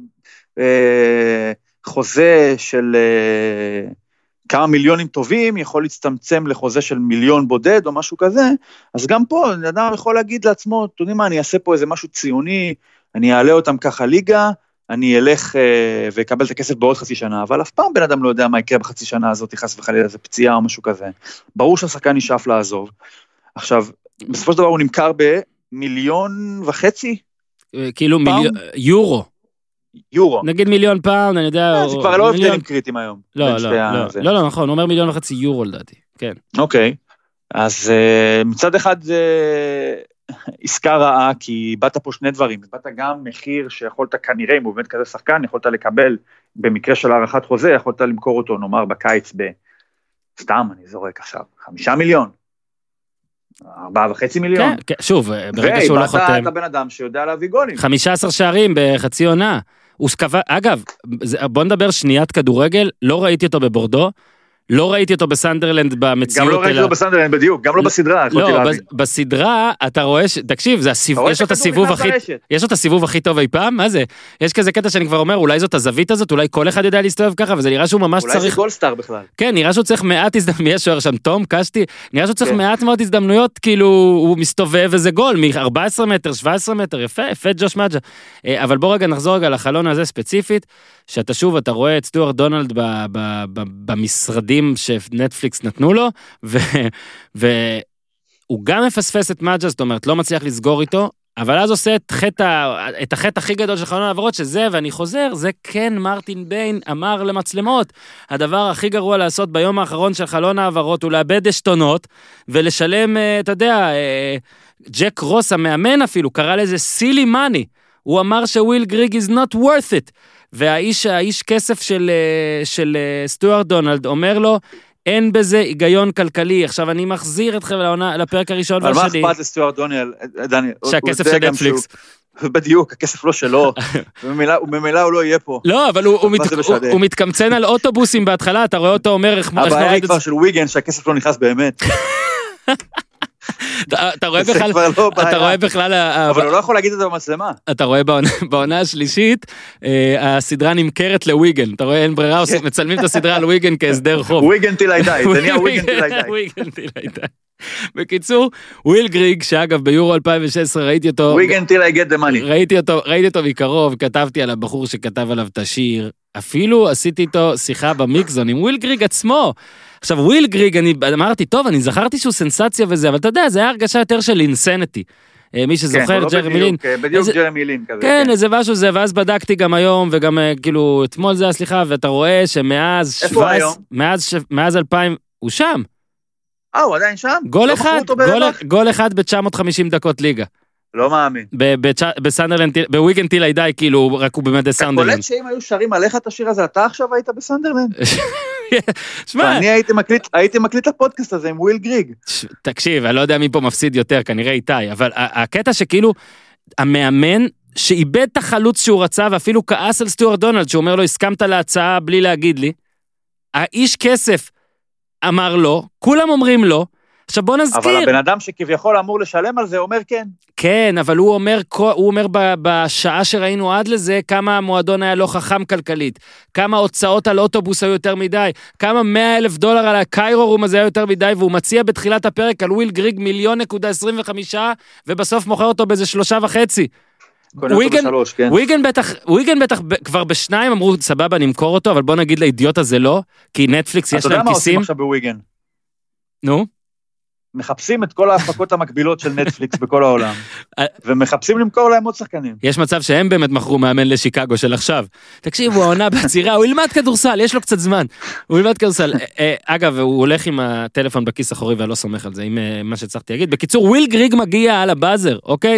חוזה של כמה מיליונים טובים, יכול להצטמצם לחוזה של מיליון בודד או משהו כזה, אז גם פה, אדם יכול להגיד לעצמו, אתם יודעים מה, אני אעשה פה איזה משהו ציוני, אני אעלה אותם ככה ליגה, אני אלך אה, ואקבל את הכסף בעוד חצי שנה, אבל אף פעם בן אדם לא יודע מה יקרה בחצי שנה הזאת, חס וחלילה, איזה פציעה או משהו כזה. ברור שהשחקן נשאף לעזוב. עכשיו, בסופו של דבר הוא נמכר במיליון וחצי? כאילו מיליון, יורו. יורו. נגיד מיליון פאונד, אני יודע. זה כבר לא הבדלים קריטיים היום. לא, לא, לא, לא, לא, נכון, הוא אומר מיליון וחצי יורו לדעתי, כן. אוקיי, אז מצד אחד זה עסקה רעה, כי באת פה שני דברים, באת גם מחיר שיכולת כנראה, אם הוא באמת כזה שחקן, יכולת לקבל, במקרה של הערכת חוזה, יכולת למכור אותו, נאמר בקיץ ב... סתם, אני זורק עכשיו, חמישה מיליון, ארבעה וחצי מיליון. כן, כן, שוב, ברגע שהוא לא חותם. ובאת את הבן אדם שיודע להביא גולים. חמישה עשר שערים בחצי עונה. הוא סקווה, אגב, בוא נדבר שניית כדורגל, לא ראיתי אותו בבורדו, לא ראיתי אותו בסנדרלנד במציאות. גם לא ראיתי אותו בסנדרלנד בדיוק, גם לא בסדרה. לא, בסדרה אתה רואה, תקשיב, יש לו את הסיבוב הכי, יש לו את הסיבוב הכי טוב אי פעם, מה זה? יש כזה קטע שאני כבר אומר, אולי זאת הזווית הזאת, אולי כל אחד יודע להסתובב ככה, וזה נראה שהוא ממש צריך... אולי זה גולדסטאר בכלל. כן, נראה שהוא צריך מעט הזדמנויות, יש שוער שם תום, קשתי, נראה שהוא צריך מעט מאוד הזדמנויות, כאילו הוא מסתובב וזה גול, מ-ארבע עשרה מטר, שבע עשרה מטר, יפה, יפה ג'וש מג'ה. אבל בוא רגע נחזור רגע לחלון הזה ספציפית, שאתה שוב, אתה רואה את סטוארט דונלד במשרדים שנטפליקס נתנו לו, והוא גם מפספס את מג'ה, זאת אומרת, לא מצליח לסגור איתו, אבל אז עושה את החטא, את החטא הכי גדול של חלון העברות, שזה, ואני חוזר, זה כן מרטין ביין אמר למצלמות, הדבר הכי גרוע לעשות ביום האחרון של חלון העברות, הוא לאבד אשתונות, ולשלם, אתה יודע, ג'ק רוס, המאמן אפילו, קרא לזה סילי מאני, הוא אמר שוויל גריג is not worth it, והאיש, האיש כסף של, של סטוארט דונלד אומר לו, אין בזה היגיון כלכלי. עכשיו אני מחזיר אתכם לפרק הראשון והשני. אבל מה אכפת לסטוארט דונלד, דני? שהכסף של נטפליקס. בדיוק, הכסף לא שלו, וממילא הוא לא יהיה פה. לא, אבל הוא מתקמצן על אוטובוסים בהתחלה, אתה רואה אותו אומר... הבעיה היא כבר של ויגן, שהכסף לא נכנס באמת. אתה רואה בכלל, אתה רואה בכלל, אבל הוא לא יכול להגיד את זה במצלמה. אתה רואה בעונה השלישית, הסדרה נמכרת לוויגן, אתה רואה אין ברירה, מצלמים את הסדרה על וויגן כהסדר חוב. וויגן טיל הידי, זה נהיה וויגן טיל הידי. וויגן טיל הידי. בקיצור, וויל גריג, שאגב ביורו אלפיים ושש עשרה ראיתי אותו, וויגן טיל I get the money. ראיתי אותו, ראיתי אותו מקרוב, כתבתי על הבחור שכתב עליו את השיר, אפילו עשיתי איתו שיחה במיקזון עם וויל גריג עצמו. עכשיו, וויל גריג, אני אמרתי, טוב, אני זכרתי שהוא סנסציה וזה, אבל אתה יודע, זה היה הרגשה יותר של אינסניטי. מי שזוכר, ג'רמי לין. בדיוק ג'רמי לין כזה. כן, איזה משהו זה, ואז בדקתי גם היום, וגם כאילו, אתמול זה, סליחה, ואתה רואה שמאז... איפה היום? מאז אלפיים, הוא שם. אה, הוא עדיין שם? גול אחד, גול אחד ב-תשע מאות וחמישים דקות ליגה. לא מאמין. בסנדרלנד, בוויגן טיל הידי, כאילו, רק הוא באמת בסנדרלנד. אתה קולט שאם היו שרים עליך את השיר הזה, אתה עכשיו היית בסנדרלנד? שמע. אני הייתי מקליט לפודקאסט הזה עם וויל גריג. תקשיב, אני לא יודע מי פה מפסיד יותר, כנראה איתי, אבל הקטע שכאילו, המאמן שאיבד את החלוץ שהוא רצה, ואפילו כעס על סטוארט דונלד, שהוא אומר לו, הסכמת להצעה בלי להגיד לי, האיש כסף אמר לו, כולם אומרים לו, עכשיו בוא נזכיר. אבל הבן אדם שכביכול אמור לשלם על זה אומר כן. כן, אבל הוא אומר, הוא אומר בשעה שראינו עד לזה, כמה המועדון היה לא חכם כלכלית, כמה הוצאות על אוטובוס היו יותר מדי, כמה מאה אלף דולר על הקיירו רום הזה היה יותר מדי, והוא מציע בתחילת הפרק על וויל גריג מיליון נקודה עשרים וחמישה, ובסוף מוכר אותו באיזה שלושה וחצי. וויגן בטח, וויגן בטח כבר בשניים אמרו, סבבה, נמכור אותו, אבל בוא נגיד לאידיוט הזה לא, כי נטפליקס יש להם כיסים. אתה יודע מה עושים עכשיו בוויגן? נו? מחפשים את כל ההפקות המקבילות של נטפליקס בכל העולם, ומחפשים למכור להם עוד שחקנים. יש מצב שהם באמת מכרו מאמן לשיקגו של עכשיו. תקשיבו, העונה בצירה, הוא ילמד כדורסל, יש לו קצת זמן. הוא ילמד כדורסל. אגב, הוא הולך עם הטלפון בכיס אחורי, ואני לא סומך על זה, עם מה שצריכתי להגיד. בקיצור, וויל גריג מגיע על הבאזר, אוקיי?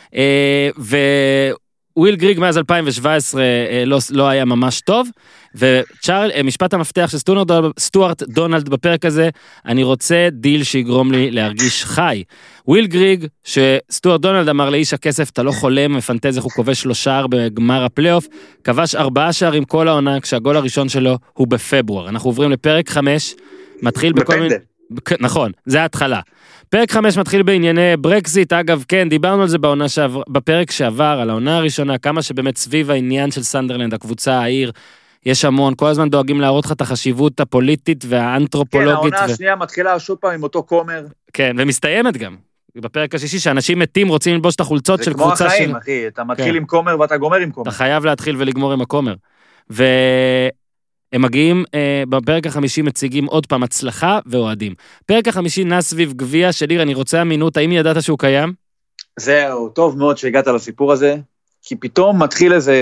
וויל גריג מאז אלפיים שבע עשרה לא, לא היה ממש טוב, וצ'ארל, משפט המפתח של סטוארט דונלד בפרק הזה, אני רוצה דיל שיגרום לי להרגיש חי. וויל גריג, שסטוארט דונלד אמר לאיש הכסף, אתה לא חולם, מפנטז איך הוא כובש שלושה שער בגמר הפלייאוף, כבש ארבעה שערים כל העונה, כשהגול הראשון שלו הוא בפברואר. אנחנו עוברים לפרק חמש, מתחיל בכל מיני... נכון, זה ההתחלה. פרק חמש מתחיל בענייני ברקזיט, אגב, כן, דיברנו על זה בעונה שעבר, בפרק שעבר, על העונה הראשונה, כמה שבאמת סביב העניין של סנדרלנד, הקבוצה, העיר, יש המון, כל הזמן דואגים להראות לך את החשיבות הפוליטית והאנתרופולוגית. כן, העונה ו... השנייה מתחילה שוב פעם עם אותו קומר. כן, ומסתיימת גם, בפרק השישי, שאנשים מתים רוצים ללבוש את החולצות של קבוצה של... זה כמו החיים, אחי, אתה מתחיל כן. עם קומר ואתה גומר עם קומר. אתה חייב להתחיל ולגמור עם הקומר. ו... הם מגיעים, אה, בפרק החמישי מציגים עוד פעם הצלחה ואוהדים. פרק החמישי נע סביב גביע של עיר, אני רוצה אמינות, האם ידעת שהוא קיים? זהו, טוב מאוד שהגעת לסיפור הזה, כי פתאום מתחיל איזה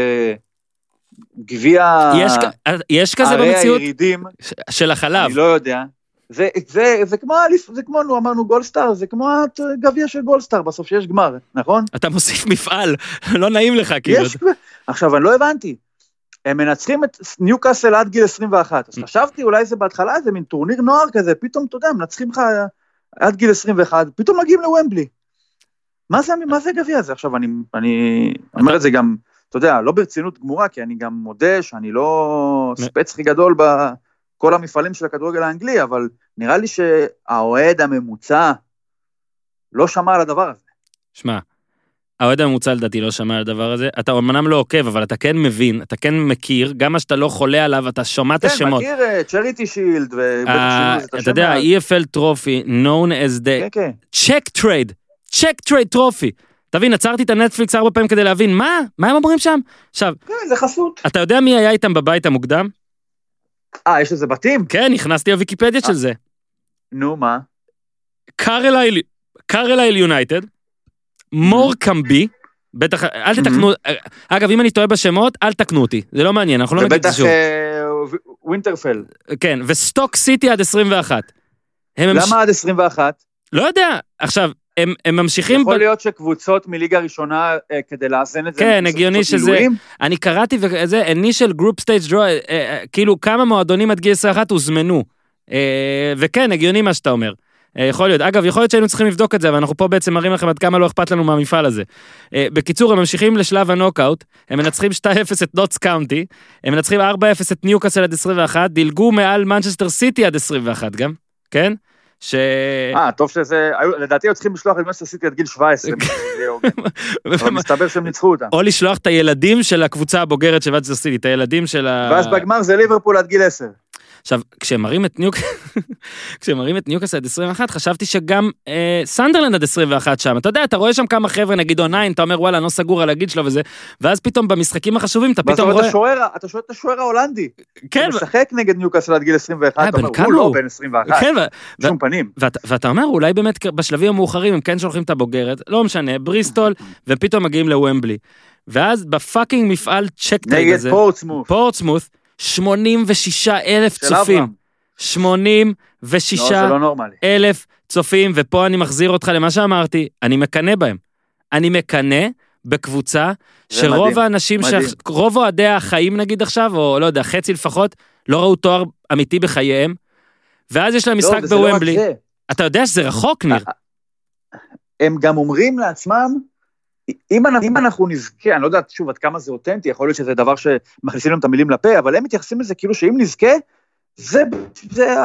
גביע... יש, יש כזה במציאות? הירידים, של החלב. אני לא יודע. זה, זה, זה כמו, זה כמו, נו, אמרנו גולדסטאר, זה כמו גביע של גולדסטאר, בסוף שיש גמר, נכון? אתה מוסיף מפעל, לא נעים לך, כאילו. יש, עכשיו, אני לא הבנתי. הם מנצחים את ניוקאסל עד גיל עשרים ואחת, אז חשבתי אולי זה בהתחלה, זה מין טורניר נוער כזה, פתאום, אתה יודע, מנצחים לך עד גיל עשרים ואחת, פתאום מגיעים לוומבלי. מה זה, מה זה גביע הזה? עכשיו, אני, אני אומר את זה גם, אתה יודע, לא ברצינות גמורה, כי אני גם מודה שאני לא ספץ הכי גדול בכל המפעלים של הכדורגל האנגלי, אבל נראה לי שהאוהד הממוצע לא שמע על הדבר הזה. שמע, האוהד הממוצע לדעתי לא שמע על הדבר הזה, אתה אמנם לא עוקב, אבל אתה כן מבין, אתה כן מכיר, גם מה שאתה לא חולה עליו, אתה שומע את השמות. כן, מכיר צ'ריטי שילד, אתה יודע, ה-אי אף אל טרופי, known as the check trade, check trade טרופי. תבין, עצרתי את הנטפליקס ארבע פעמים כדי להבין, מה? מה הם אומרים שם? עכשיו, כן, זה חסות. אתה יודע מי היה איתם בבית המוקדם? אה, יש לזה בתים? כן, נכנסתי לוויקיפדיה של זה. נו, מה? קארלייל יונייטד, מורקמבי, בטח, אל תתקנו, אגב, אם אני טועה בשמות, אל תקנו אותי, זה לא מעניין, אנחנו לא נגיד את זה שוב. ובטח ווינטרפל. כן, וסטוק סיטי עד עשרים ואחת. למה עד עשרים ואחת? לא יודע, עכשיו, הם, הם ממשיכים... יכול ב... להיות שקבוצות מליגה ראשונה, אה, כדי לאזן את זה... כן, הגיוני שזה... מילואים? אני קראתי וזה, initial group stage draw, אה, אה, כאילו כמה מועדונים עד גיל עשרים ואחת הוזמנו. אה, וכן, הגיוני מה שאתה אומר. אה, יכול להיות. אגב, יכול להיות שהיינו צריכים לבדוק את זה, אבל אנחנו פה בעצם מראים לכם עד כמה לא אכפת לנו מהמפעל הזה. אה, בקיצור, הם ממשיכים לשלב הנוקאוט, הם מנצחים שתיים אפס את נוטס קאונטי, הם מנצחים ארבע אפס את ניוקאסל עד עשרים ואחת, דילגו מעל מנצ'סטר סיטי עד עשרים ואחת גם, כן? ש... אה, טוב שזה, לדעתי היו צריכים לשלוח את מנצ'סטר סיטי עד גיל שבע עשרה, אבל מסתבר שהם ניצחו אותם. או לשלוח את הילדים של הקבוצה הבוגרת של מנצ'סטר סיטי, את הילדים של ה... ואז בגמר זה ליברפול עד גיל עשר. עכשיו, כשהם מראים את ניוק... כשהם מראים את ניוקאסל עד עשרים ואחת, חשבתי שגם אה, סנדרלנד עד עשרים ואחת שם. אתה יודע, אתה רואה שם כמה חבר'ה, נגיד אונליין, אתה אומר, וואלה, אני לא סגור על הגיל שלו וזה, ואז פתאום במשחקים החשובים, אתה פתאום רואה... אתה שואל את השוער ההולנדי. כן. הוא משחק נגד ניוקאסל עד גיל עשרים ואחת, אתה אומר, הוא לא בן עשרים ואחת. כן, שום פנים. ואתה אומר, אולי באמת בשלבים המאוחרים, הם כן שולחים את הבוגרת, לא משנה, בריסטול, ופתאום מגיעים לוומבלי. ואז בפאקינג מפעל צ'קטייד הזה, פורטסמות' שמונים ושישה אלף צופים. שמונים ושישה אלף צופים, ופה אני מחזיר אותך למה שאמרתי, אני מקנה בהם. אני מקנה בקבוצה שרוב האנשים, רוב אוהדי החיים נגיד עכשיו, או לא יודע, חצי לפחות, לא ראו תואר אמיתי בחייהם, ואז יש להם משחק בוומבלי. אתה יודע שזה רחוק, ניר. הם גם אומרים לעצמם, אם אנחנו, אם אנחנו נזכה, אני לא יודעת שוב עד כמה זה אותנטי, יכול להיות שזה דבר שמכניסים להם את המילים לפה, אבל הם מתייחסים לזה כאילו שאם נזכה, זה, זה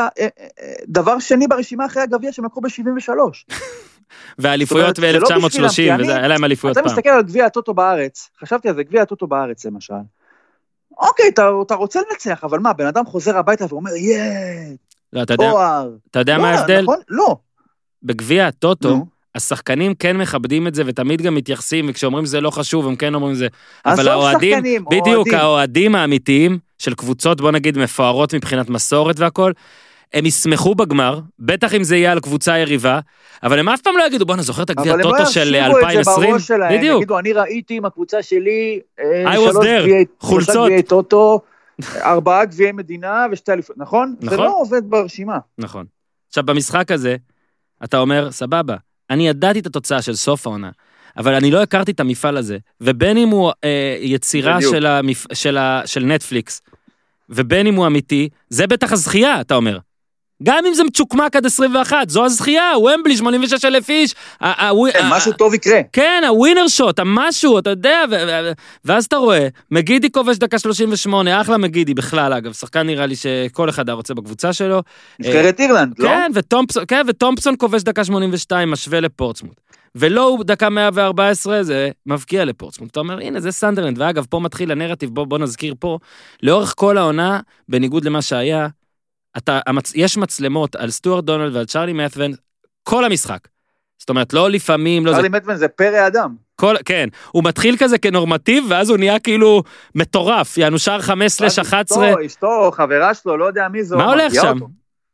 דבר שני ברשימה אחרי הגביע שהם לקחו ב-שבעים ושלוש. והאליפויות ב-אלף תשע מאות שלושים, וזה היה להם אליפויות פעם. אתה מסתכל על גביע הטוטו בארץ, חשבתי על זה, גביע הטוטו בארץ למשל. אוקיי, אתה, אתה רוצה לנצח, אבל מה, בן אדם חוזר הביתה ואומר, יאה, לא, אתה יודע, אתה יודע מה ההבדל? נכון? לא. בגביע הטוטו, השחקנים כן מכבדים את זה, ותמיד גם מתייחסים, וכשאומרים זה לא חשוב, הם כן אומרים זה. אבל האוהדים, בדיוק, האוהדים האמיתיים של קבוצות, בוא נגיד, מפוארות מבחינת מסורת והכל, הם ישמחו בגמר, בטח אם זה יהיה על קבוצה יריבה, אבל הם אף פעם לא יגידו, בוא נזוכר את הגביע הטוטו של אלפיים עשרים. בדיוק. יגידו, אני ראיתי עם הקבוצה שלי, I was there, חולצות. גביעי טוטו, ארבעה גביעי מדינה ושתי אליפות, נכון? זה לא עובד ברשימה. נכון. עכשיו, במשחק הזה, אתה אומר, סבבה, אני ידעתי את התוצאה של סוף העונה, אבל אני לא הכרתי את המפעל הזה, ובין אם הוא אה, יצירה של, המפ... של, ה... של נטפליקס, ובין אם הוא אמיתי, זה בטח הזכייה, אתה אומר. גם אם זה מצ'וקמק עד עשרים ואחת, זו הזכייה, וומבלי, שמונים ושש אלף איש. כן, משהו טוב יקרה. כן, הווינר שוט, המשהו, אתה יודע, ואז אתה רואה, מגידי כובש דקה שלושים ושמונה, אחלה מגידי בכלל, אגב, שחקן נראה לי שכל אחד רוצה בקבוצה שלו. נבחרת אירלנד, לא? כן, וטומפסון כובש דקה שמונים ושתיים, משווה לפורטסמוט. ולא הוא דקה מאה וארבע עשרה, זה מבקיע לפורטסמוט. אתה אומר, הנה, זה סנדרלנד, ואגב, פה מתחיל הנרטיב, בוא, בוא נזכיר פה, לאורך כל העונה, בניגוד למה שהיה, אתה, המצ... יש מצלמות על סטוארט דונלד ועל צ'רלי מת'וון, כל המשחק. זאת אומרת, לא לפעמים, לא צ'רלי זה... מת'וון זה פרא אדם. כל, כן, הוא מתחיל כזה כנורמטיב, ואז הוא נהיה כאילו מטורף, יענו שער חמש סלש אחת עשרה. אשתו, אשתו, חברה שלו, לא יודע מי זו. מה הולך שם? אותו.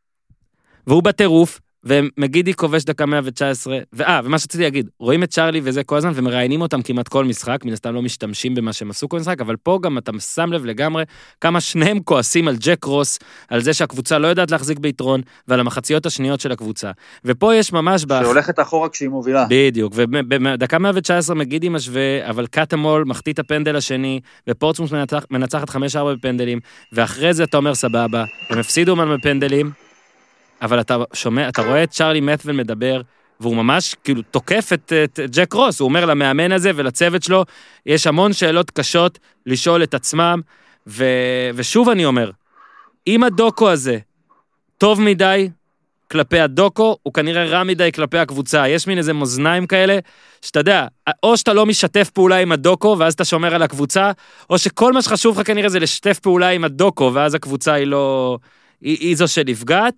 והוא בטירוף, ומגידי כובש דקה מאה ותשע עשרה, ואה, ומה שרציתי להגיד, רואים את צ'רלי וזה כל הזמן, ומראיינים אותם כמעט כל משחק, מן הסתם לא משתמשים במה שהם עשו כל משחק, אבל פה גם אתה שם לב לגמרי, כמה שניהם כועסים על ג'ק רוס, על זה שהקבוצה לא יודעת להחזיק ביתרון, ועל המחציות השניות של הקבוצה. ופה יש ממש... שהולכת אחורה כשהיא מובילה. בדיוק, ובדקה מאה ותשע עשרה מגידי משווה, אבל קטמול מחטיא את הפנדל השני, ופורטסמוט מנצח, מנצחת חמש ארבע בפנדלים, ואחרי זה אתה אומר סבבה, הם הפסידו מן בפנדלים, אבל אתה שומע, אתה רואה את צ'רלי מת'וון מדבר, והוא ממש כאילו תוקף את, את ג'ק רוס, הוא אומר למאמן הזה ולצוות שלו, יש המון שאלות קשות לשאול את עצמם, ו, ושוב אני אומר, אם הדוקו הזה טוב מדי כלפי הדוקו, הוא כנראה רע מדי כלפי הקבוצה, יש מין איזה מאזניים כאלה, שאתה יודע, או שאתה לא משתף פעולה עם הדוקו, ואז אתה שומר על הקבוצה, או שכל מה שחשוב לך כנראה זה לשתף פעולה עם הדוקו, ואז הקבוצה היא לא, היא, היא זו שנפגעת,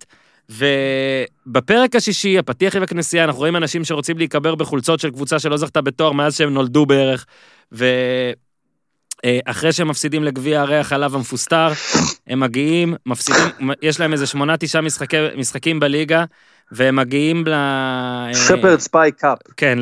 ובפרק השישי, הפתיח בכנסייה, אנחנו רואים אנשים שרוצים להיקבר בחולצות של קבוצה שלא זכתה בתואר מאז שהם נולדו בערך, ואחרי שהם מפסידים לגביע הרי החלב המפוסטר, הם מגיעים, מפסידים, יש להם איזה שמונה, תשעה משחקי, משחקים בליגה, והם מגיעים ל... שפרד ספיי קאפ. כן,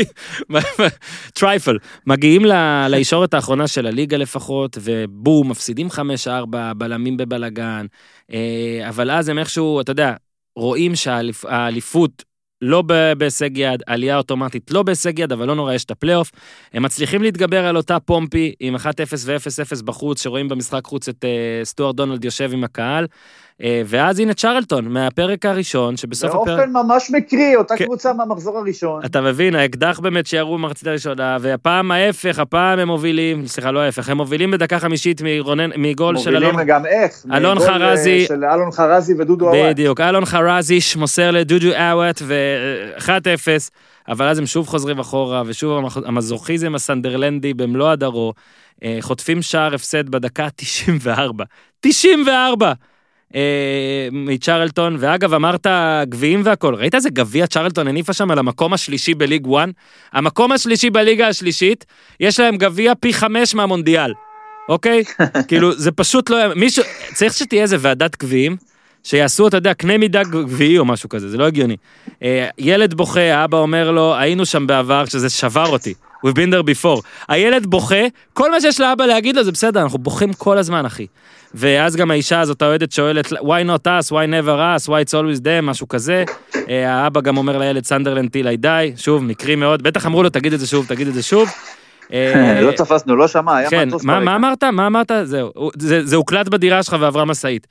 טרייפל. מגיעים לישורת האחרונה של הליגה לפחות, ובום, מפסידים חמש ארבע, בלמים בבלגן, אבל אז הם איכשהו, אתה יודע, רואים שהאליפות לא בהישג יד, עלייה אוטומטית לא בהישג יד, אבל לא נורא, יש את הפלייאוף. הם מצליחים להתגבר על אותה פומפי, עם אחת אפס ו-אפס אפס בחוץ, שרואים במשחק חוץ את סטוארט דונלד יושב עם הקהל, ואז הנה צ'רלטון, מהפרק הראשון, שבסוף הפרק... באופן ממש מקרי, אותה קבוצה מהמחזור הראשון. אתה מבין, האקדח באמת שירו במחצית הראשונה, והפעם ההפך, הפעם הם מובילים, סליחה, לא ההפך, הם מובילים בדקה חמישית מגול של אלון... מובילים גם איך? אלון חרזי... של אלון חרזי ודודו אוואט. בדיוק, אלון חרזי מוסר לדודו אוואט, ו-אחת אפס, אבל אז הם שוב חוזרים אחורה, ושוב המזוכיזם הסנדרלנדי במלוא הדרו, חוטפים שער הפסד בדקה תשעים וארבע. תשעים וארבע! מצ'רלטון, ואגב אמרת גביעים והכל, ראית איזה גביע צ'רלטון הניפה שם על המקום השלישי בליג וואן? המקום השלישי בליגה השלישית, יש להם גביע פי חמש מהמונדיאל, אוקיי? כאילו זה פשוט לא, מישהו, צריך שתהיה איזה ועדת גביעים, שיעשו, אתה יודע, קנה מידה גביעי או משהו כזה, זה לא הגיוני. ילד בוכה, האבא אומר לו, היינו שם בעבר, שזה שבר אותי, we've been there before. הילד בוכה, כל מה שיש לאבא להגיד לו, זה בסדר, אנחנו בוכים כל הזמן, אחי. ואז גם האישה הזאת, האוהדת שואלת, why not us, why never us, why it's always them, משהו כזה. האבא גם אומר לילד, סנדרלנד till I die, שוב, מקרי מאוד, בטח אמרו לו, תגיד את זה שוב, תגיד את זה שוב. לא תפסנו, לא שמע, היה כן, מה אמרת? מה אמרת? זהו, זה הוקלט בדירה שלך ועברה מסעית.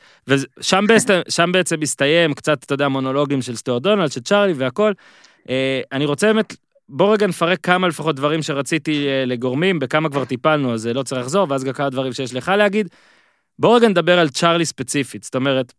ושם בעצם מסתיים קצת, אתה יודע, מונולוגים של סטוארט דונלד, של צ'רלי והכל. אני רוצה באמת, בוא רגע נפרק כמה לפחות דברים שרציתי לגורמים, בכמה כבר טיפלנו, אז לא צריך לחזור, ואז גם כמה דברים שיש לך להגיד. בואו רגע נדבר על צ'ארלי ספציפית, זאת אומרת,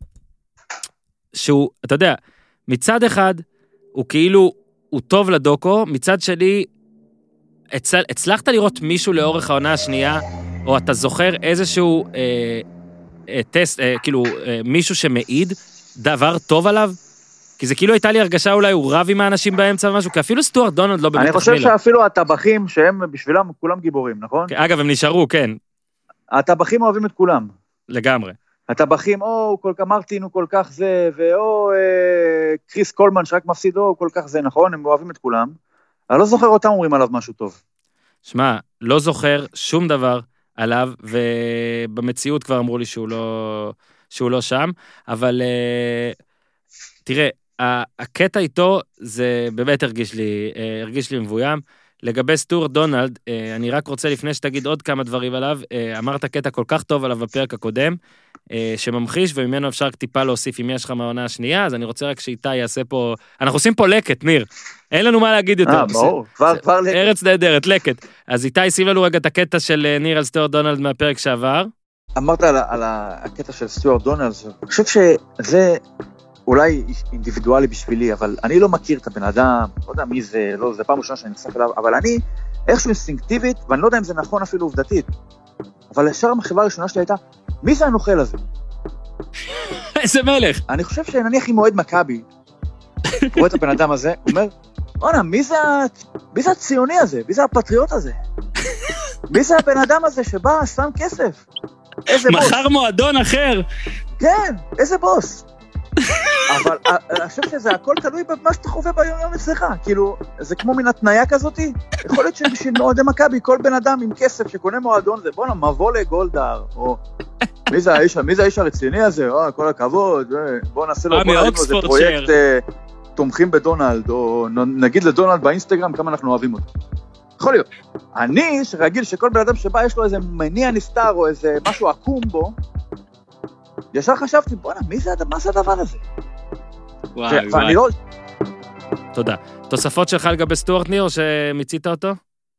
שהוא, אתה יודע, מצד אחד, הוא כאילו, הוא טוב לדוקו, מצד שני, הצל, הצלחת לראות מישהו לאורך העונה השנייה, או אתה זוכר איזשהו אה, אה, טסט, אה, כאילו, אה, מישהו שמעיד דבר טוב עליו? כי זה כאילו הייתה לי הרגשה, אולי הוא רב עם האנשים באמצע ומשהו, כי אפילו סטוארט דונלד לא באמת אני חושב שאפילו הטבחים, שהם בשבילם כולם גיבורים, נכון? אגב, הם נשארו, כן. הטבחים אוהבים את כולם. לגמרי. הטבחים, או, הוא כל כך, מרטין הוא כל כך זה, ואו אה, קריס קולמן שרק מפסיד, או, הוא כל כך זה, נכון? הם אוהבים את כולם. אני לא זוכר אותם אומרים עליו משהו טוב. שמע, לא זוכר שום דבר עליו, ובמציאות כבר אמרו לי שהוא לא, שהוא לא שם, אבל אה, תראה, הקטע איתו זה באמת הרגיש לי, הרגיש לי מבוים. לגבי סטוארט דונלד, אני רק רוצה לפני שתגיד עוד כמה דברים עליו, אמרת קטע כל כך טוב עליו בפרק הקודם, שממחיש וממנו אפשר טיפה להוסיף אם יש לך מהעונה השנייה, אז אני רוצה רק שאיתי יעשה פה, אנחנו עושים פה לקט, ניר, אין לנו מה להגיד יותר. אה, ברור, כבר, כבר לקט. ארץ נהדרת, לקט. אז איתי, שים לנו רגע את הקטע של ניר על סטוארט דונלד מהפרק שעבר. אמרת על, על הקטע של סטוארט דונלד, אני חושב שזה אולי אינדיבידואלי בשבילי, אבל אני לא מכיר את הבן אדם, לא יודע מי זה, לא, זה פעם ראשונה שאני נחשף אליו, אבל אני איכשהו אינסטינקטיבית, ואני לא יודע אם זה נכון אפילו עובדתית, אבל ישר המחשבה הראשונה שלי הייתה, מי זה הנוכל הזה? איזה מלך. אני חושב שנניח עם מועד מכבי, רואה את הבן אדם הזה, הוא אומר, אונה, מי זה, מי זה הציוני הזה? מי זה הפטריוט הזה? מי זה הבן אדם הזה שבא, שם כסף? איזה בוס? מחר מועדון אחר. כן, איזה בוס? אבל אני חושב שזה הכל תלוי במה שאתה חווה ביום יום אצלך, כאילו, זה כמו מן התניה כזאת, יכול להיות שבשביל מועדי מכבי, כל בן אדם עם כסף שקונה מועדון, זה בוא נבוא לגולדהר, או מי זה האיש, מי זה האיש הרציני הזה, או כל הכבוד, בוא נעשה לו, בוא נעשה לו איזה פרויקט תומכים בדונלד, או נגיד לדונלד באינסטגרם כמה אנחנו אוהבים אותו. יכול להיות. אני שרגיל שכל בן אדם שבא יש לו איזה מניע נסתר, או איזה משהו עקום בו, ישר חשבתי, בוא'נה, מי זה, מה זה הדבר הזה? וואי, וואי. לא... תודה. תוספות שלך לגבי סטוארט ניר, או שמיצית אותו?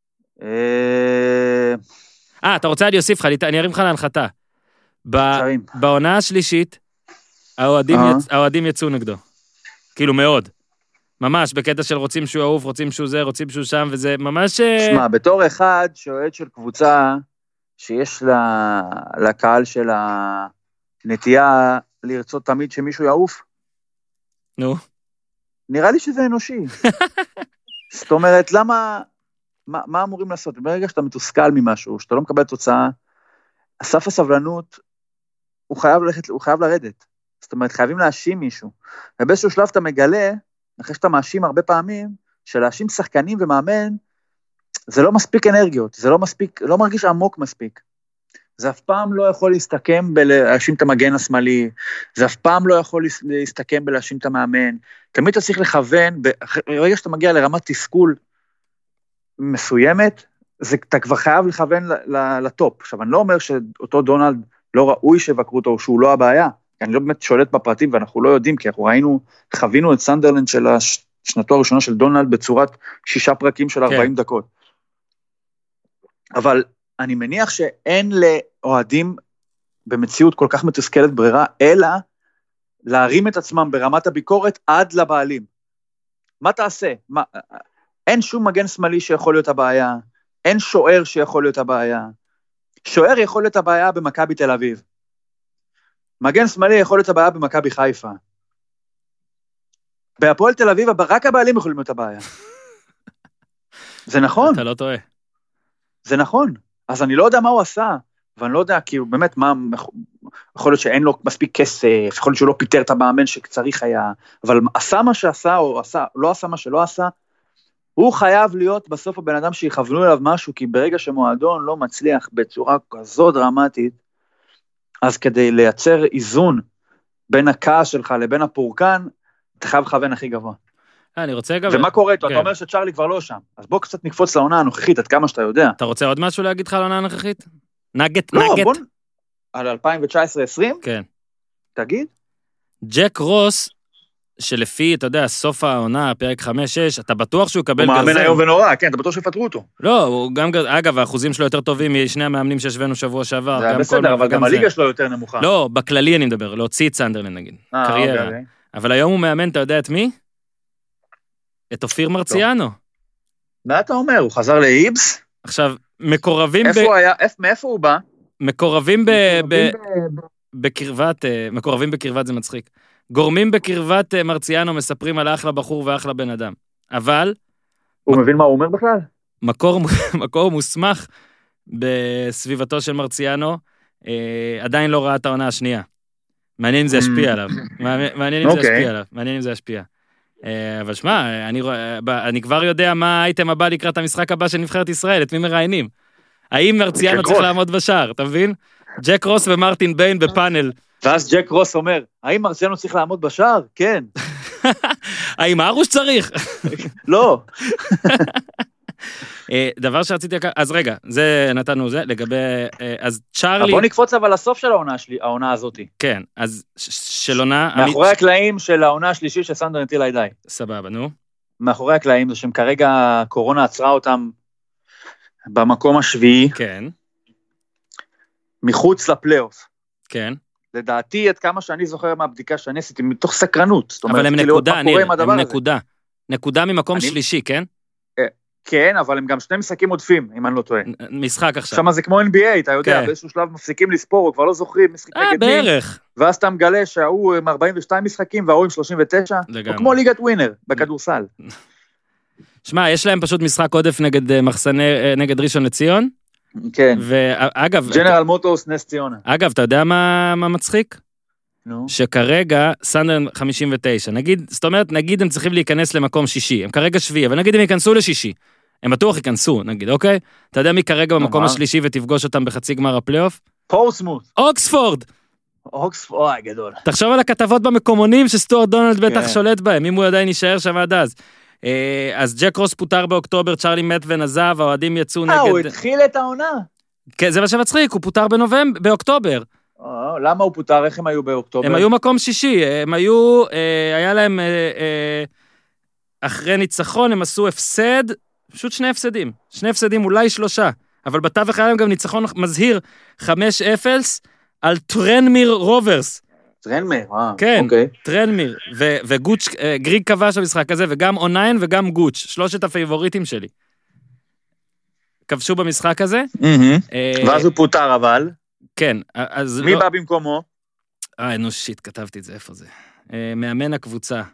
אה, אתה רוצה אני אוסיף לך, אני ארים לך להנחתה. בעונה השלישית, האוהדים יצאו נגדו. כאילו מאוד. ממש, בקטע של רוצים שהוא אהוב, רוצים שהוא זה, רוצים שהוא שם, וזה ממש... שמע, בתור אחד שאוהד של קבוצה, שיש לקהל של ה... נטייה לרצות תמיד שמישהו יעוף? נו. נראה לי שזה אנושי. זאת אומרת, למה, מה, מה אמורים לעשות? ברגע שאתה מתוסכל ממשהו, שאתה לא מקבל תוצאה, הסף הסבלנות, הוא חייב ללכת, הוא חייב לרדת. זאת אומרת, חייבים להאשים מישהו. ובאיזשהו שלב אתה מגלה, אחרי שאתה מאשים הרבה פעמים, שלהאשים שחקנים ומאמן, זה לא מספיק אנרגיות, זה לא מספיק, לא מרגיש עמוק מספיק. זה אף פעם לא יכול להסתכם בלהאשים את המגן השמאלי, זה אף פעם לא יכול להסתכם בלהאשים את המאמן, תמיד אתה צריך לכוון, ברגע שאתה מגיע לרמת תסכול מסוימת, זה, אתה כבר חייב לכוון לטופ. עכשיו, אני לא אומר שאותו דונלד לא ראוי שבקרו אותו, או שהוא לא הבעיה, כי אני לא באמת שולט בפרטים, ואנחנו לא יודעים, כי אנחנו ראינו, חווינו את סנדרלנד של השנתו הראשונה של דונלד, בצורת שישה פרקים של ארבעים דקות. אבל אני מניח שאין לאוהדים במציאות כל כך מתוסכלת ברירה, אלא להרים את עצמם ברמת הביקורת עד לבעלים. מה תעשה? מה, אין שום מגן שמאלי שיכול להיות הבעיה, אין שוער שיכול להיות הבעיה. שוער יכול להיות הבעיה במכבי תל אביב. מגן שמאלי יכול להיות הבעיה במכבי חיפה. בהפועל תל אביב, רק הבעלים יכולים להיות הבעיה. זה נכון. אתה לא טועה. זה נכון. אז אני לא יודע מה הוא עשה, ואני לא יודע, כי הוא באמת, מה, יכול להיות שאין לו מספיק כסף, יכול להיות שהוא לא פיטר את המאמן שצריך היה, אבל עשה מה שעשה, או עשה, לא עשה מה שלא עשה, הוא חייב להיות בסוף הבן אדם שיכוונו אליו משהו, כי ברגע שמועדון לא מצליח בצורה כזו דרמטית, אז כדי לייצר איזון בין הכעס שלך לבין הפורקן, אתה חייב לכוון הכי גבוה. אני רוצה גם... ומה קורה איתו? אתה אומר שצ'רלי כבר לא שם, אז בוא קצת נקפוץ לעונה הנוכחית, עד כמה שאתה יודע. אתה רוצה עוד משהו להגיד לך על העונה הנוכחית? נגט, לא, נגט. בוא... על אלפיים תשע עשרה עשרים? כן. תגיד. ג'ק רוס שלפי, אתה יודע, סוף העונה, פרק חמש שש, אתה בטוח שהוא יקבל גרזן. הוא מאמן היום ונורא, כן, אתה בטוח שיפטרו אותו. לא, הוא גם, אגב, האחוזים שלו יותר טובים משני המאמנים שהשווינו שבוע שעבר. זה בסדר, אבל גם הליגה שלו יותר נמוכה. לא, בכללי אני מדבר, להוציא את סנדרלנד נגיד, קריירה. אבל היום הוא מאמן, אתה יודע את מי? את אופיר מרציאנו. מה אתה אומר? הוא חזר להיבס? עכשיו, מקורבים... איפה הוא היה? מאיפה הוא בא? מקורבים בקרבת, מקורבים בקרבת זה מצחיק. גורמים בקרבת מרציאנו מספרים על אחלה בחור ואחלה בן אדם. אבל... הוא מבין מה הוא אומר בכלל? מקור, מקור מוסמך בסביבתו של מרציאנו, עדיין לא ראה את העונה השנייה. מעניין אם זה ישפיע עליו. מעניין אם זה ישפיע עליו. מעניין אם זה ישפיע. אבל שמה, אני, אני כבר יודע מה האייטם הבא לקראת המשחק הבא של נבחרת ישראל, את מי מראיינים. האם מרציאנו צריך לעמוד בשער, אתה מבין? ג'ק רוס ומרטין ביין בפאנל. ואז ג'ק רוס אומר, האם מרציאנו צריך לעמוד בשער? כן. האם ארוש צריך? לא. דבר שרציתי, אז רגע, זה נתנו זה, לגבי, אז צ'ארלי... בוא נקפוץ אבל לסוף של העונה שלי, העונה הזאת. כן, אז של עונה... מאחורי הקלעים של העונה השלישית של סנדר נטיל הידי. סבבה, נו. מאחורי הקלעים זה שהם כרגע הקורונה עצרה אותם במקום השביעי. כן. מחוץ לפלייאוף. כן. לדעתי, עד כמה שאני זוכר מהבדיקה שאני עשיתי, מתוך סקרנות. אבל הם נקודה, ניר, הם נקודה. נקודה ממקום שלישי, כן? כן, אבל הם גם שני משחקים עודפים, אם אני לא טועה. משחק עכשיו. שמה זה כמו אן בי איי, אתה יודע, באיזשהו שלב מפסיקים לספור, או כבר לא זוכרים משחק נגד מי. אה, בערך. ואז אתה מגלה שההוא עם ארבעים ושתיים משחקים, וההוא עם שלושים ותשע, או כמו ליגת ווינר, בכדורסל. שמע, יש להם פשוט משחק עודף נגד מחסני, נגד ראשון לציון. כן. ואגב... ג'נרל מוטורס נס ציונה. אגב, אתה יודע מה מצחיק? נו. שכרגע סנדר חמישים ותשע, נגיד, זאת אומרת, נגיד הם צריכים להיכנס למקום שישי, הם כרגע שביעי, אבל נגיד הם ייכנסו לשישי, הם בטוח ייכנסו, נגיד, אוקיי? אתה יודע מי כרגע במקום השלישי ותפגוש אותם בחצי גמר הפלייאוף? פורסמוט. אוקספורד. אוקספורד, אוי, גדול. תחשוב על הכתבות במקומונים שסטוארט דונלד בטח שולט בהם, אם הוא עדיין יישאר שם עד אז. אז ג'ק רוס פוטר באוקטובר, צ'ארלי מטוון עזב, האוהדים יצאו נגד... אה, הוא התחיל את העונה. כן, זה מה שמצחיק, הוא פוטר בנובמבר, באוקטובר. למה הוא פוטר? איך הם היו באוקטובר? הם היו מקום שישי, הם היו, היה להם, אחרי ניצחון, הם עשו הפסד, פשוט שני הפסדים, שני הפסדים, אולי שלושה, אבל בתווך היה להם גם ניצחון מזהיר, חמש אפס, על טרנמיר רוברס. טרנמיר, אה, כן, אוקיי. טרנמיר, וגוץ', גריג כבש המשחק הזה, וגם אוניין וגם גוץ', שלושת הפייבוריטים שלי. כבשו במשחק הזה. ואז הוא פוטר אבל. כן, אז... מי בא במקומו? אה, נו שיט, כתבתי את זה, איפה זה? מאמן הקבוצה.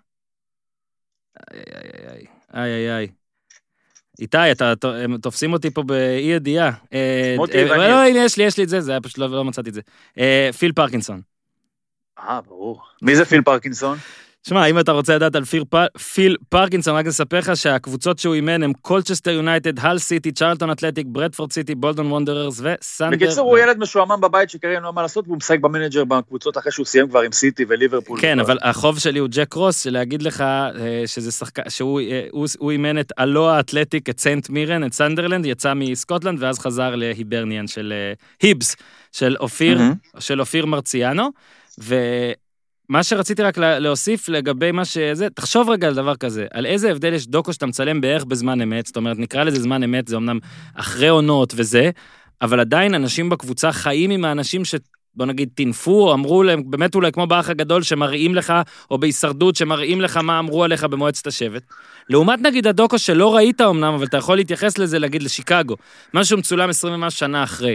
איי, איי, איי, איי, איי. איתי, הם תופסים אותי פה באי ידיעה. מוטי וניר. לא, הנה, יש לי, יש לי את זה, זה היה פשוט, לא מצאתי את זה. פיל פרקינסון. אה, ברור. מי זה פיל פרקינסון? תשמע, אם אתה רוצה לדעת על פיל פרקינסון, רק נספר לך שהקבוצות שהוא אימן הם קולצ'סטר יונייטד, הל סיטי, צ'רלטון אתלטיק, ברדפורד סיטי, בולדון וונדררס וסנדר. בקיצור, הוא ילד משועמם בבית שקריירה לא מה לעשות, והוא משחק במנג'ר בקבוצות אחרי שהוא סיים כבר עם סיטי וליברפול. כן, אבל החוב שלי הוא ג'ק רוס, שלהגיד לך שזה שחקן, שהוא אימן את אלואה האתלטיק, את סנט מירן, את סנדרלנד, יצא מסקוטלנד, ואז חזר להיברניאן של היבס, של אופיר, של אופיר מרציאנו, ו מה שרציתי רק להוסיף לגבי מה שזה, תחשוב רגע על דבר כזה, על איזה הבדל יש דוקו שאתה מצלם בערך בזמן אמת, זאת אומרת, נקרא לזה זמן אמת, זה אמנם אחרי עונות וזה, אבל עדיין אנשים בקבוצה חיים עם האנשים ש... בוא נגיד, תנפו, או אמרו להם, באמת אולי כמו באח הגדול שמראים לך, או בהישרדות שמראים לך מה אמרו עליך במועצת השבט. לעומת נגיד הדוקו שלא ראית אמנם, אבל אתה יכול להתייחס לזה, להגיד לשיקגו, משהו מצולם עשרים ומשהו שנה אחרי.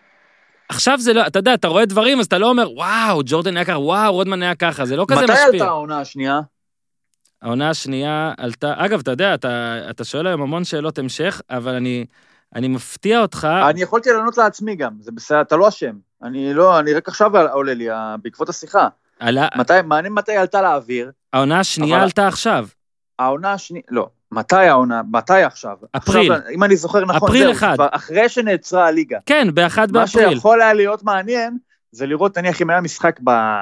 עכשיו זה לא, אתה יודע, אתה רואה דברים, אז אתה לא אומר, וואו, ג'ורדן היה ככה, וואו, רודמן היה ככה, זה לא כזה משפיע. מתי עלתה העונה השנייה? העונה השנייה עלתה, אגב, אתה יודע, אתה, אתה שואל היום המון שאלות המשך, אבל אני, אני מפתיע אותך. אני יכולתי לענות לעצמי גם, זה בסדר, אתה לא אשם. אני לא, אני רק עכשיו עולה לי, בעקבות השיחה. עלה... מתי, מעניין מתי עלתה לאוויר? העונה השנייה אבל... עלתה עכשיו. העונה השנייה, לא. מתי העונה, מתי עכשיו? אפריל. עכשיו, אם אני זוכר נכון, אפריל אחד. אחרי שנעצרה הליגה. כן, באחד באפריל. מה שיכול היה להיות מעניין, זה לראות, נניח, אם היה משחק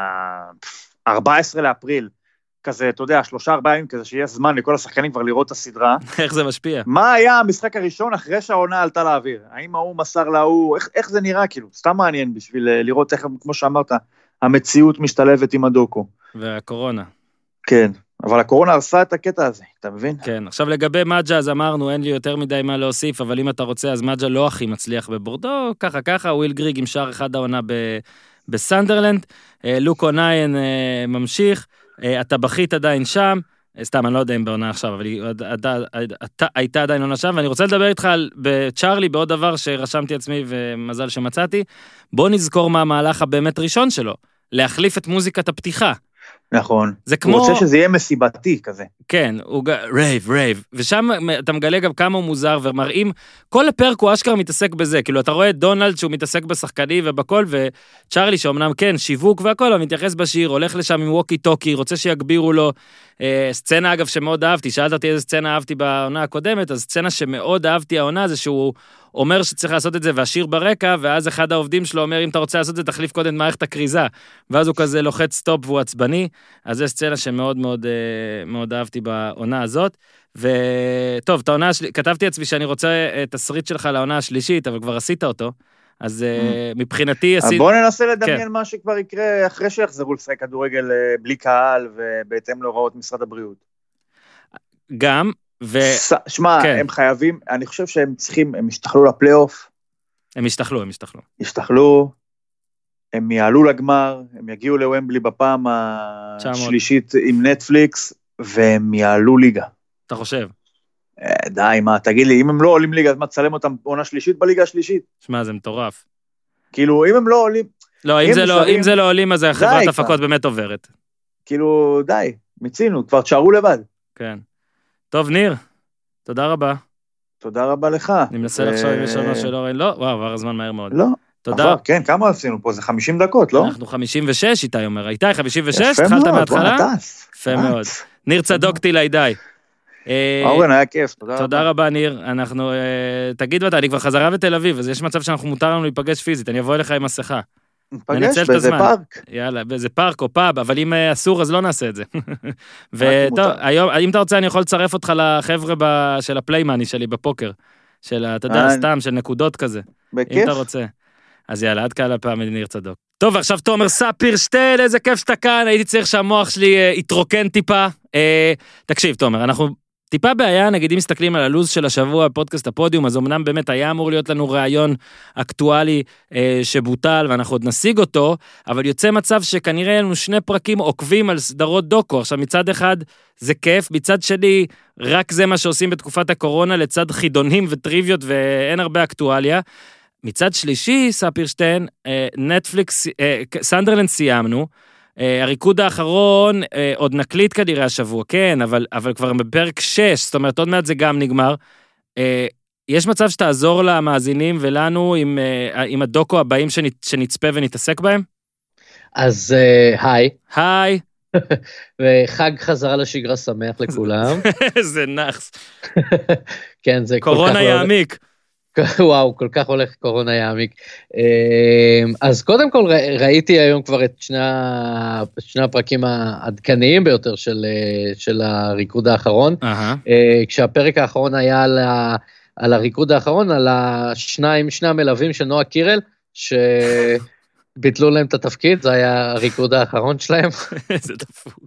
ב-ארבעה עשר לאפריל, כזה, אתה יודע, שלושה, ארבעה ימים, כזה שיהיה זמן לכל השחקנים כבר לראות את הסדרה. איך זה משפיע? מה היה המשחק הראשון אחרי שהעונה עלתה לאוויר? האם ההוא מסר להוא, איך, איך זה נראה, כאילו? סתם מעניין בשביל לראות איך, כמו שאמרת, המציאות משתלבת עם הדוקו. והקורונה. כן. אבל הקורונה הרסה את הקטע הזה, אתה מבין? כן, עכשיו לגבי מג'ה, אז אמרנו, אין לי יותר מדי מה להוסיף, אבל אם אתה רוצה, אז מג'ה לא הכי מצליח בבורדו, ככה ככה, וויל גריג עם שער אחד העונה בסנדרלנד, לוק אוניין ממשיך, הטבחית עדיין שם, סתם, אני לא יודע אם בעונה עכשיו, אבל היא הייתה עדיין עונה שם, ואני רוצה לדבר איתך בצ'ארלי, בעוד דבר שרשמתי עצמי ומזל שמצאתי, בוא נזכור מה המהלך הבאמת ראשון שלו, להחליף את מוזיקת הפתיחה. נכון. זה כמו... הוא רוצה שזה יהיה מסיבתי כזה. כן, הוא רייב, רייב. ושם אתה מגלה גם כמה הוא מוזר, ומראים, כל הפרק הוא אשכרה מתעסק בזה, כאילו אתה רואה את דונלד שהוא מתעסק בשחקני ובכל, וצ'ארלי שאומנם כן, שיווק והכל, אבל מתייחס בשיר, הולך לשם עם ווקי טוקי, רוצה שיגבירו לו, אה, סצנה אגב שמאוד אהבתי, שאלת אותי איזה סצנה אהבתי בעונה הקודמת, אז סצנה שמאוד אהבתי העונה זה שהוא אומר שצריך לעשות את זה והשיר ברקע, ואז אחד העובדים שלו אומר, אם אתה רוצה לעשות את זה, תחליף קודם מערכת הקריזה, ואז הוא כזה לוחץ סטופ והוא עצבני, אז זו סצנה שמאוד מאוד, מאוד אהבתי בעונה הזאת, וטוב, את העונה, כתבתי עצמי שאני רוצה את הסריט שלך לעונה השלישית, אבל כבר עשית אותו, אז מבחינתי עשית... בוא ננסה לדמיין מה שכבר יקרה אחרי שיחזרו לשחק כדורגל בלי קהל, ובהתאם להוראות משרד הבריאות. גם, ו... שמע, כן. הם חייבים, אני חושב שהם צריכים, הם ישתחלו לפלייאוף. הם ישתחלו, הם ישתחלו. ישתחלו, הם יעלו לגמר, הם יגיעו לוומבלי בפעם השלישית עם נטפליקס, והם יעלו ליגה. אתה חושב? די, מה, תגיד לי, אם הם לא עולים ליגה, אז מה, תצלם אותם עונה שלישית בליגה השלישית? שמע, זה מטורף. כאילו, אם הם לא עולים... לא, אם, זה, לא, אם זה לא עולים, אז החברת הפקות באמת עוברת. כאילו, די, מצינו, כבר תשארו לבד. כן. טוב, ניר, תודה רבה. תודה רבה לך. אני מנסה לחשוב אם יש עוד משהו שלא ראינו. לא, וואו, עבר הזמן מהר מאוד. לא. תודה. כן, כמה עשינו פה? זה חמישים דקות, לא? אנחנו חמישים ושש, איתי אומר. איתי, חמישים ושש? התחלת מההתחלה? יפה מאוד. ניר צדוקתי לידי. אורן, היה כיף, תודה רבה. תודה רבה, ניר. אנחנו, תגיד ואתה, אני כבר חזרה בתל אביב, אז יש מצב שאנחנו מותר לנו להיפגש פיזית, אני אבוא אליך עם מסכה. נפגש באיזה פארק. יאללה, באיזה פארק או פאב, אבל אם אסור אז לא נעשה את זה. וטוב, היום, אם אתה רוצה אני יכול לצרף אותך לחבר'ה של הפליימני שלי בפוקר, של, אתה יודע, סתם, של נקודות כזה. בכיף. אם אתה רוצה. אז יאללה, עד כאן הפעם ניר צדוק. טוב, עכשיו תומר ספיר שטל, איזה כיף שאתה כאן, הייתי צריך שהמוח שלי יתרוקן טיפה. תקשיב, תומר, אנחנו... טיפה בעיה, נגיד אם מסתכלים על הלוז של השבוע, פודקאסט הפודיום, אז אמנם באמת היה אמור להיות לנו רעיון אקטואלי אה, שבוטל, ואנחנו עוד נשיג אותו, אבל יוצא מצב שכנראה יהיה לנו שני פרקים עוקבים על סדרות דוקו. עכשיו מצד אחד זה כיף, מצד שני רק זה מה שעושים בתקופת הקורונה, לצד חידונים וטריוויות ואין הרבה אקטואליה. מצד שלישי, ספירשטיין, אה, נטפליקס, אה, סנדרלנד סיימנו, הריקוד האחרון, עוד נקליט כנראה השבוע, כן, אבל, אבל כבר בפרק שש, זאת אומרת, עוד מעט זה גם נגמר. יש מצב שתעזור למאזינים ולנו עם, עם הדוקו הבאים שנצפה ונתעסק בהם? אז היי. היי. וחג חזרה לשגרה שמח לכולם. זה נחס. כן, זה כל כך... קורונה יעמיק. וואו, כל כך הולך קורונה יעמיק. אז קודם כל ראיתי היום כבר את שני, שני הפרקים העדכניים ביותר של, של הריקוד האחרון, uh-huh. כשהפרק האחרון היה על, ה, על הריקוד האחרון, על השניים, שני המלווים של נועה קירל, שביטלו להם את התפקיד, זה היה הריקוד האחרון שלהם. איזה דפוק.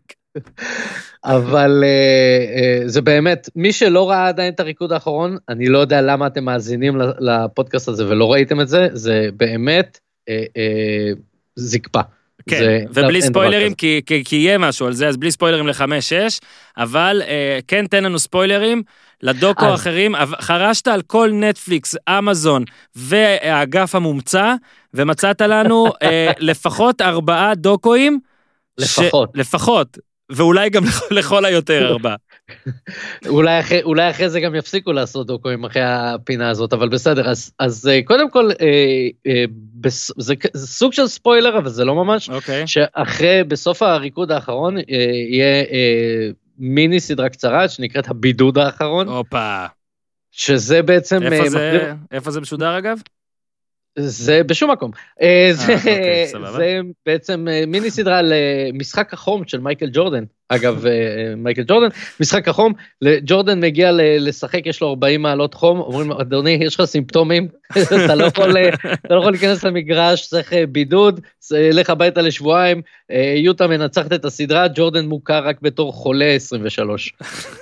אבל uh, uh, זה באמת, מי שלא ראה עדיין את הריקוד האחרון, אני לא יודע למה אתם מאזינים לפודקאסט הזה ולא ראיתם את זה, זה באמת uh, uh, זקפה. כן, זה, ובלי ספוילרים, כי, כי, כי יהיה משהו על זה, אז בלי ספוילרים לחמש שש, אבל uh, כן תן לנו ספוילרים, לדוקו אז... אחרים, חרשת על כל נטפליקס, אמזון והאגף המומצא, ומצאת לנו uh, לפחות ארבעה דוקואים, לפחות. ש... לפחות. ואולי גם לכל היותר ארבע. אולי אחרי, אולי אחרי זה גם יפסיקו לעשות דוקוים אחרי הפינה הזאת, אבל בסדר, אז, אז קודם כל, אה, אה, בס, זה, זה סוג של ספוילר, אבל זה לא ממש, okay. שאחרי, בסוף הריקוד האחרון, אה, יהיה אה, מיני סדרה קצרה, שנקראת הבידוד האחרון. אופה. שזה בעצם... איפה, אה, זה, מגדיר... איפה זה משודר אגב? זה בשום מקום. זה בעצם מיני סדרה למשחק החום של מייקל ג'ורדן. אגב, מייקל ג'ורדן, משחק החום, ג'ורדן מגיע לשחק, יש לו ארבעים מעלות חום, אומרים לו, אדוני, יש לך סימפטומים, אתה לא יכול להיכנס למגרש, צריך בידוד, לך הביתה לשבועיים, יוטה מנצחת את הסדרה, ג'ורדן מוכר רק בתור חולה עשרים ושלוש.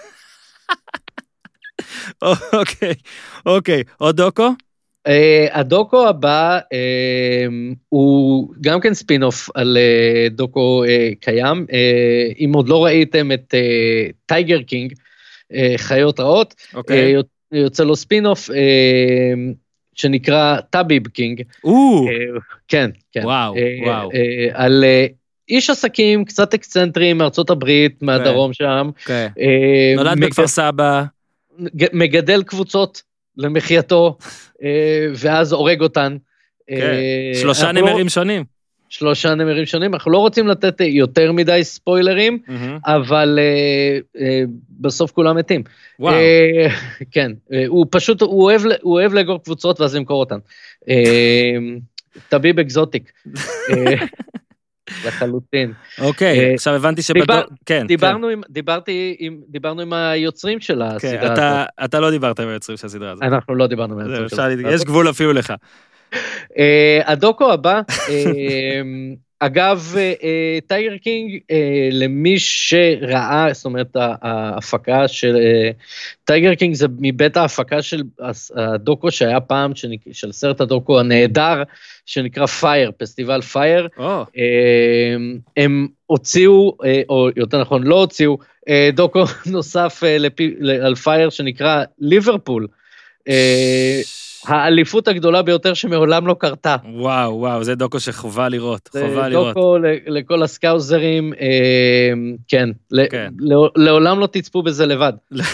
אוקיי, אוקיי, עוד דוקו? Uh, הדוקו הבא uh, הוא גם כן ספין-אוף על uh, דוקו uh, קיים, uh, אם עוד לא ראיתם את טייגר uh, קינג, uh, חיות רעות, okay. uh, יוצא לו ספין-אוף uh, שנקרא טאביב קינג, uh. uh, כן, כן, וואו, uh, וואו. Uh, uh, על uh, איש עסקים קצת אקסצנטרי מארצות הברית, מהדרום okay. שם, okay. uh, נולד מג... בכפר סבא, מגדל קבוצות למחייתו, ואז הורג אותן. שלושה נמרים שונים. שלושה נמרים שונים, אנחנו לא רוצים לתת יותר מדי ספוילרים, אבל בסוף כולם מתים. וואו. כן, הוא פשוט, הוא אוהב לגור קבוצות, ואז למכור אותן. טביב אקזוטיק. לחלוטין. אוקיי, עכשיו הבנתי שבדוק, כן. דיברנו עם היוצרים של הסדרה הזאת. אתה לא דיברת עם היוצרים של הסדרה הזאת. אנחנו לא דיברנו עם היוצרים של הסדרה הזאת. יש גבול אפילו לך. הדוקו הבא, אגב, טייגר קינג, למי שראה, זאת אומרת, ההפקה של טייגר קינג, זה מבית ההפקה של הדוקו שהיה פעם, של סרט הדוקו הנהדר, שנקרא פייר, פסטיבל פייר, הם הוציאו, או יותר נכון, לא הוציאו, דוקו נוסף על פייר, שנקרא ליברפול, האליפות הגדולה ביותר שמעולם לא קרתה. וואו, וואו, זה דוקו שחובה לראות, חובה לראות. זה דוקו לכל הסקאוזרים, כן, לעולם לא תצפו בזה לבד.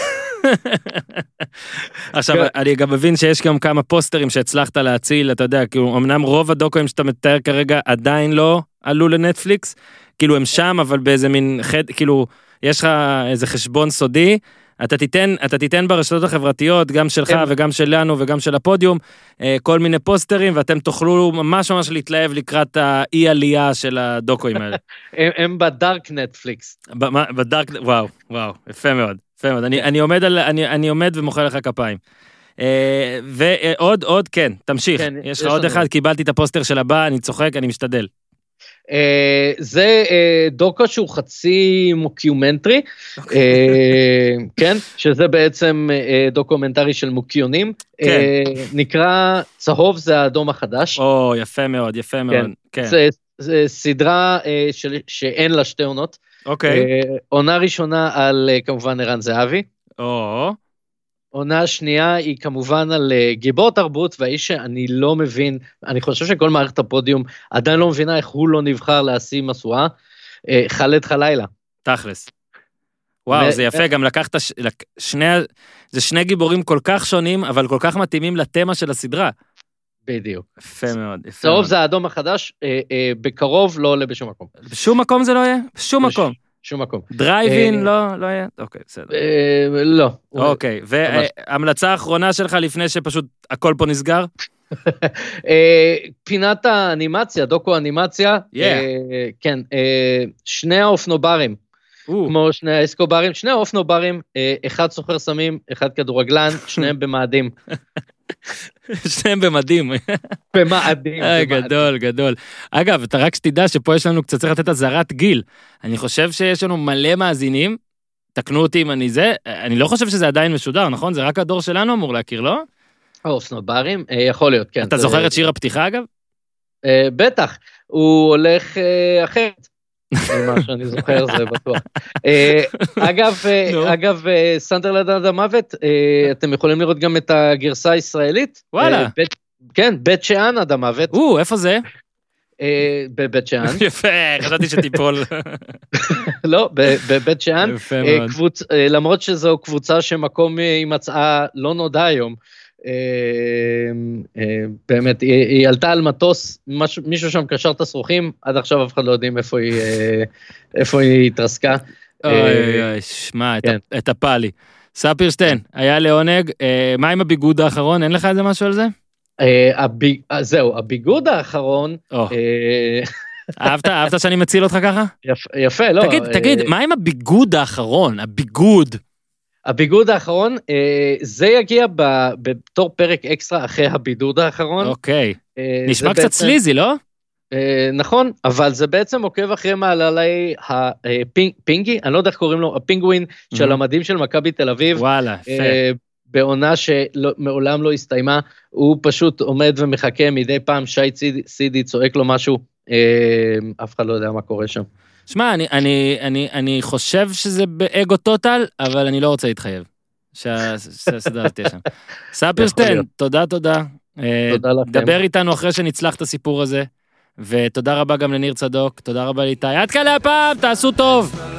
עכשיו, אני גם מבין שיש גם כמה פוסטרים שהצלחת להציל, אתה יודע, כאילו, אמנם רוב הדוקוים שאתה מתאר כרגע עדיין לא עלו לנטפליקס, כאילו הם שם, אבל באיזה מין חד, כאילו, יש לך איזה חשבון סודי, אתה תיתן, אתה תיתן ברשתות החברתיות, גם שלך וגם שלנו וגם של הפודיום, כל מיני פוסטרים, ואתם תוכלו ממש ממש להתלהב לקראת האי עלייה של הדוקוים האלה. הם בדארק נטפליקס. בדארק, וואו, וואו, יפה מאוד, יפה מאוד. אני, אני עומד על, אני, אני עומד ומוחא לך כפיים. ועוד, עוד, כן, תמשיך. יש לך עוד אחד, קיבלתי את הפוסטר של הבא, אני צוחק, אני משתדל. זה דוקו שהוא חצי מוקיומנטרי, כן, שזה בעצם דוקומנטרי של מוקיונים, נקרא צהוב זה האדום החדש. או, יפה מאוד, יפה מאוד. זה סדרה שאין לה שתי עונות. עונה ראשונה על כמובן ערן זהבי. או... עונה שנייה היא כמובן על גיבור תרבות, והאיש שאני לא מבין, אני חושב שכל מערכת הפודיום עדיין לא מבינה איך הוא לא נבחר להשיא משואה, חלד חלילה. תכלס. וואו, זה יפה, גם לקחת שני, זה שני גיבורים כל כך שונים, אבל כל כך מתאימים לתמה של הסדרה. בדיוק. יפה מאוד, יפה מאוד. מאוד. זה האדום החדש, בקרוב לא עולה בשום מקום. בשום מקום זה לא יהיה? בשום מקום. שום מקום. דרייבין לא, לא יהיה? אוקיי, בסדר. לא. אוקיי, והמלצה האחרונה שלך לפני שפשוט הכל פה נסגר? פינת האנימציה, דוקו אנימציה, כן, שני האופנוברים, כמו שני האסקוברים, שני האופנוברים, אחד סוחר סמים, אחד כדורגלן, שניהם במאדים. שניהם במדים. במאדים. גדול, גדול. אגב, אתה רק שתדע שפה יש לנו קצת צריך לתת הזרת גיל. אני חושב שיש לנו מלא מאזינים, תקנו אותי אם אני זה, אני לא חושב שזה עדיין משודר, נכון? זה רק הדור שלנו אמור להכיר, לא? או, סנוברים, יכול להיות, כן. אתה זוכר את שיר הפתיחה, אגב? בטח, הוא הולך אחרת. מה שאני זוכר זה בטוח. אגב, אגב, סנדרלנד עד המוות, אתם יכולים לראות גם את הגרסה הישראלית. וואלה. כן, בית שאן עד המוות. או, איפה זה? בבית שאן. יפה, חשבתי שתיפול. לא, בבית שאן. למרות שזו קבוצה שמקום היא מצאה לא נודע היום. באמת, היא עלתה על מטוס, מישהו שם קשר את הסרוכים, עד עכשיו אף אחד לא יודעים איפה היא התרסקה. אוי אוי, שמע, את הפאלי. ספירשטיין, היה לעונג, מה עם הביגוד האחרון, אין לך איזה משהו על זה? זהו, הביגוד האחרון, אהבת, אהבת שאני מציל אותך ככה? יפה, לא. תגיד, תגיד, מה עם הביגוד האחרון, הביגוד? הביגוד האחרון, זה יגיע בתור פרק אקסטרה אחרי הבידוד האחרון. אוקיי, נשמע קצת סליזי, לא? נכון, אבל זה בעצם עוקב אחרי מעללי הפינגי, אני לא יודע איך קוראים לו, הפינגווין של המדים של מכבי תל אביב. וואלה, יפה. בעונה שמעולם לא הסתיימה, הוא פשוט עומד ומחכה מדי פעם, שי סידי צועק לו משהו, אף אחד לא יודע מה קורה שם. שמע, אני, אני, אני, אני חושב שזה באגו טוטל, אבל אני לא רוצה להתחייב. שהסדרתי שם. ספירשטיין, תודה, תודה. תודה לכם. דבר איתנו אחרי שנצלח את הסיפור הזה, ותודה רבה גם לניר צדוק, תודה רבה לאיתי. עד כאן להפעם, תעשו טוב.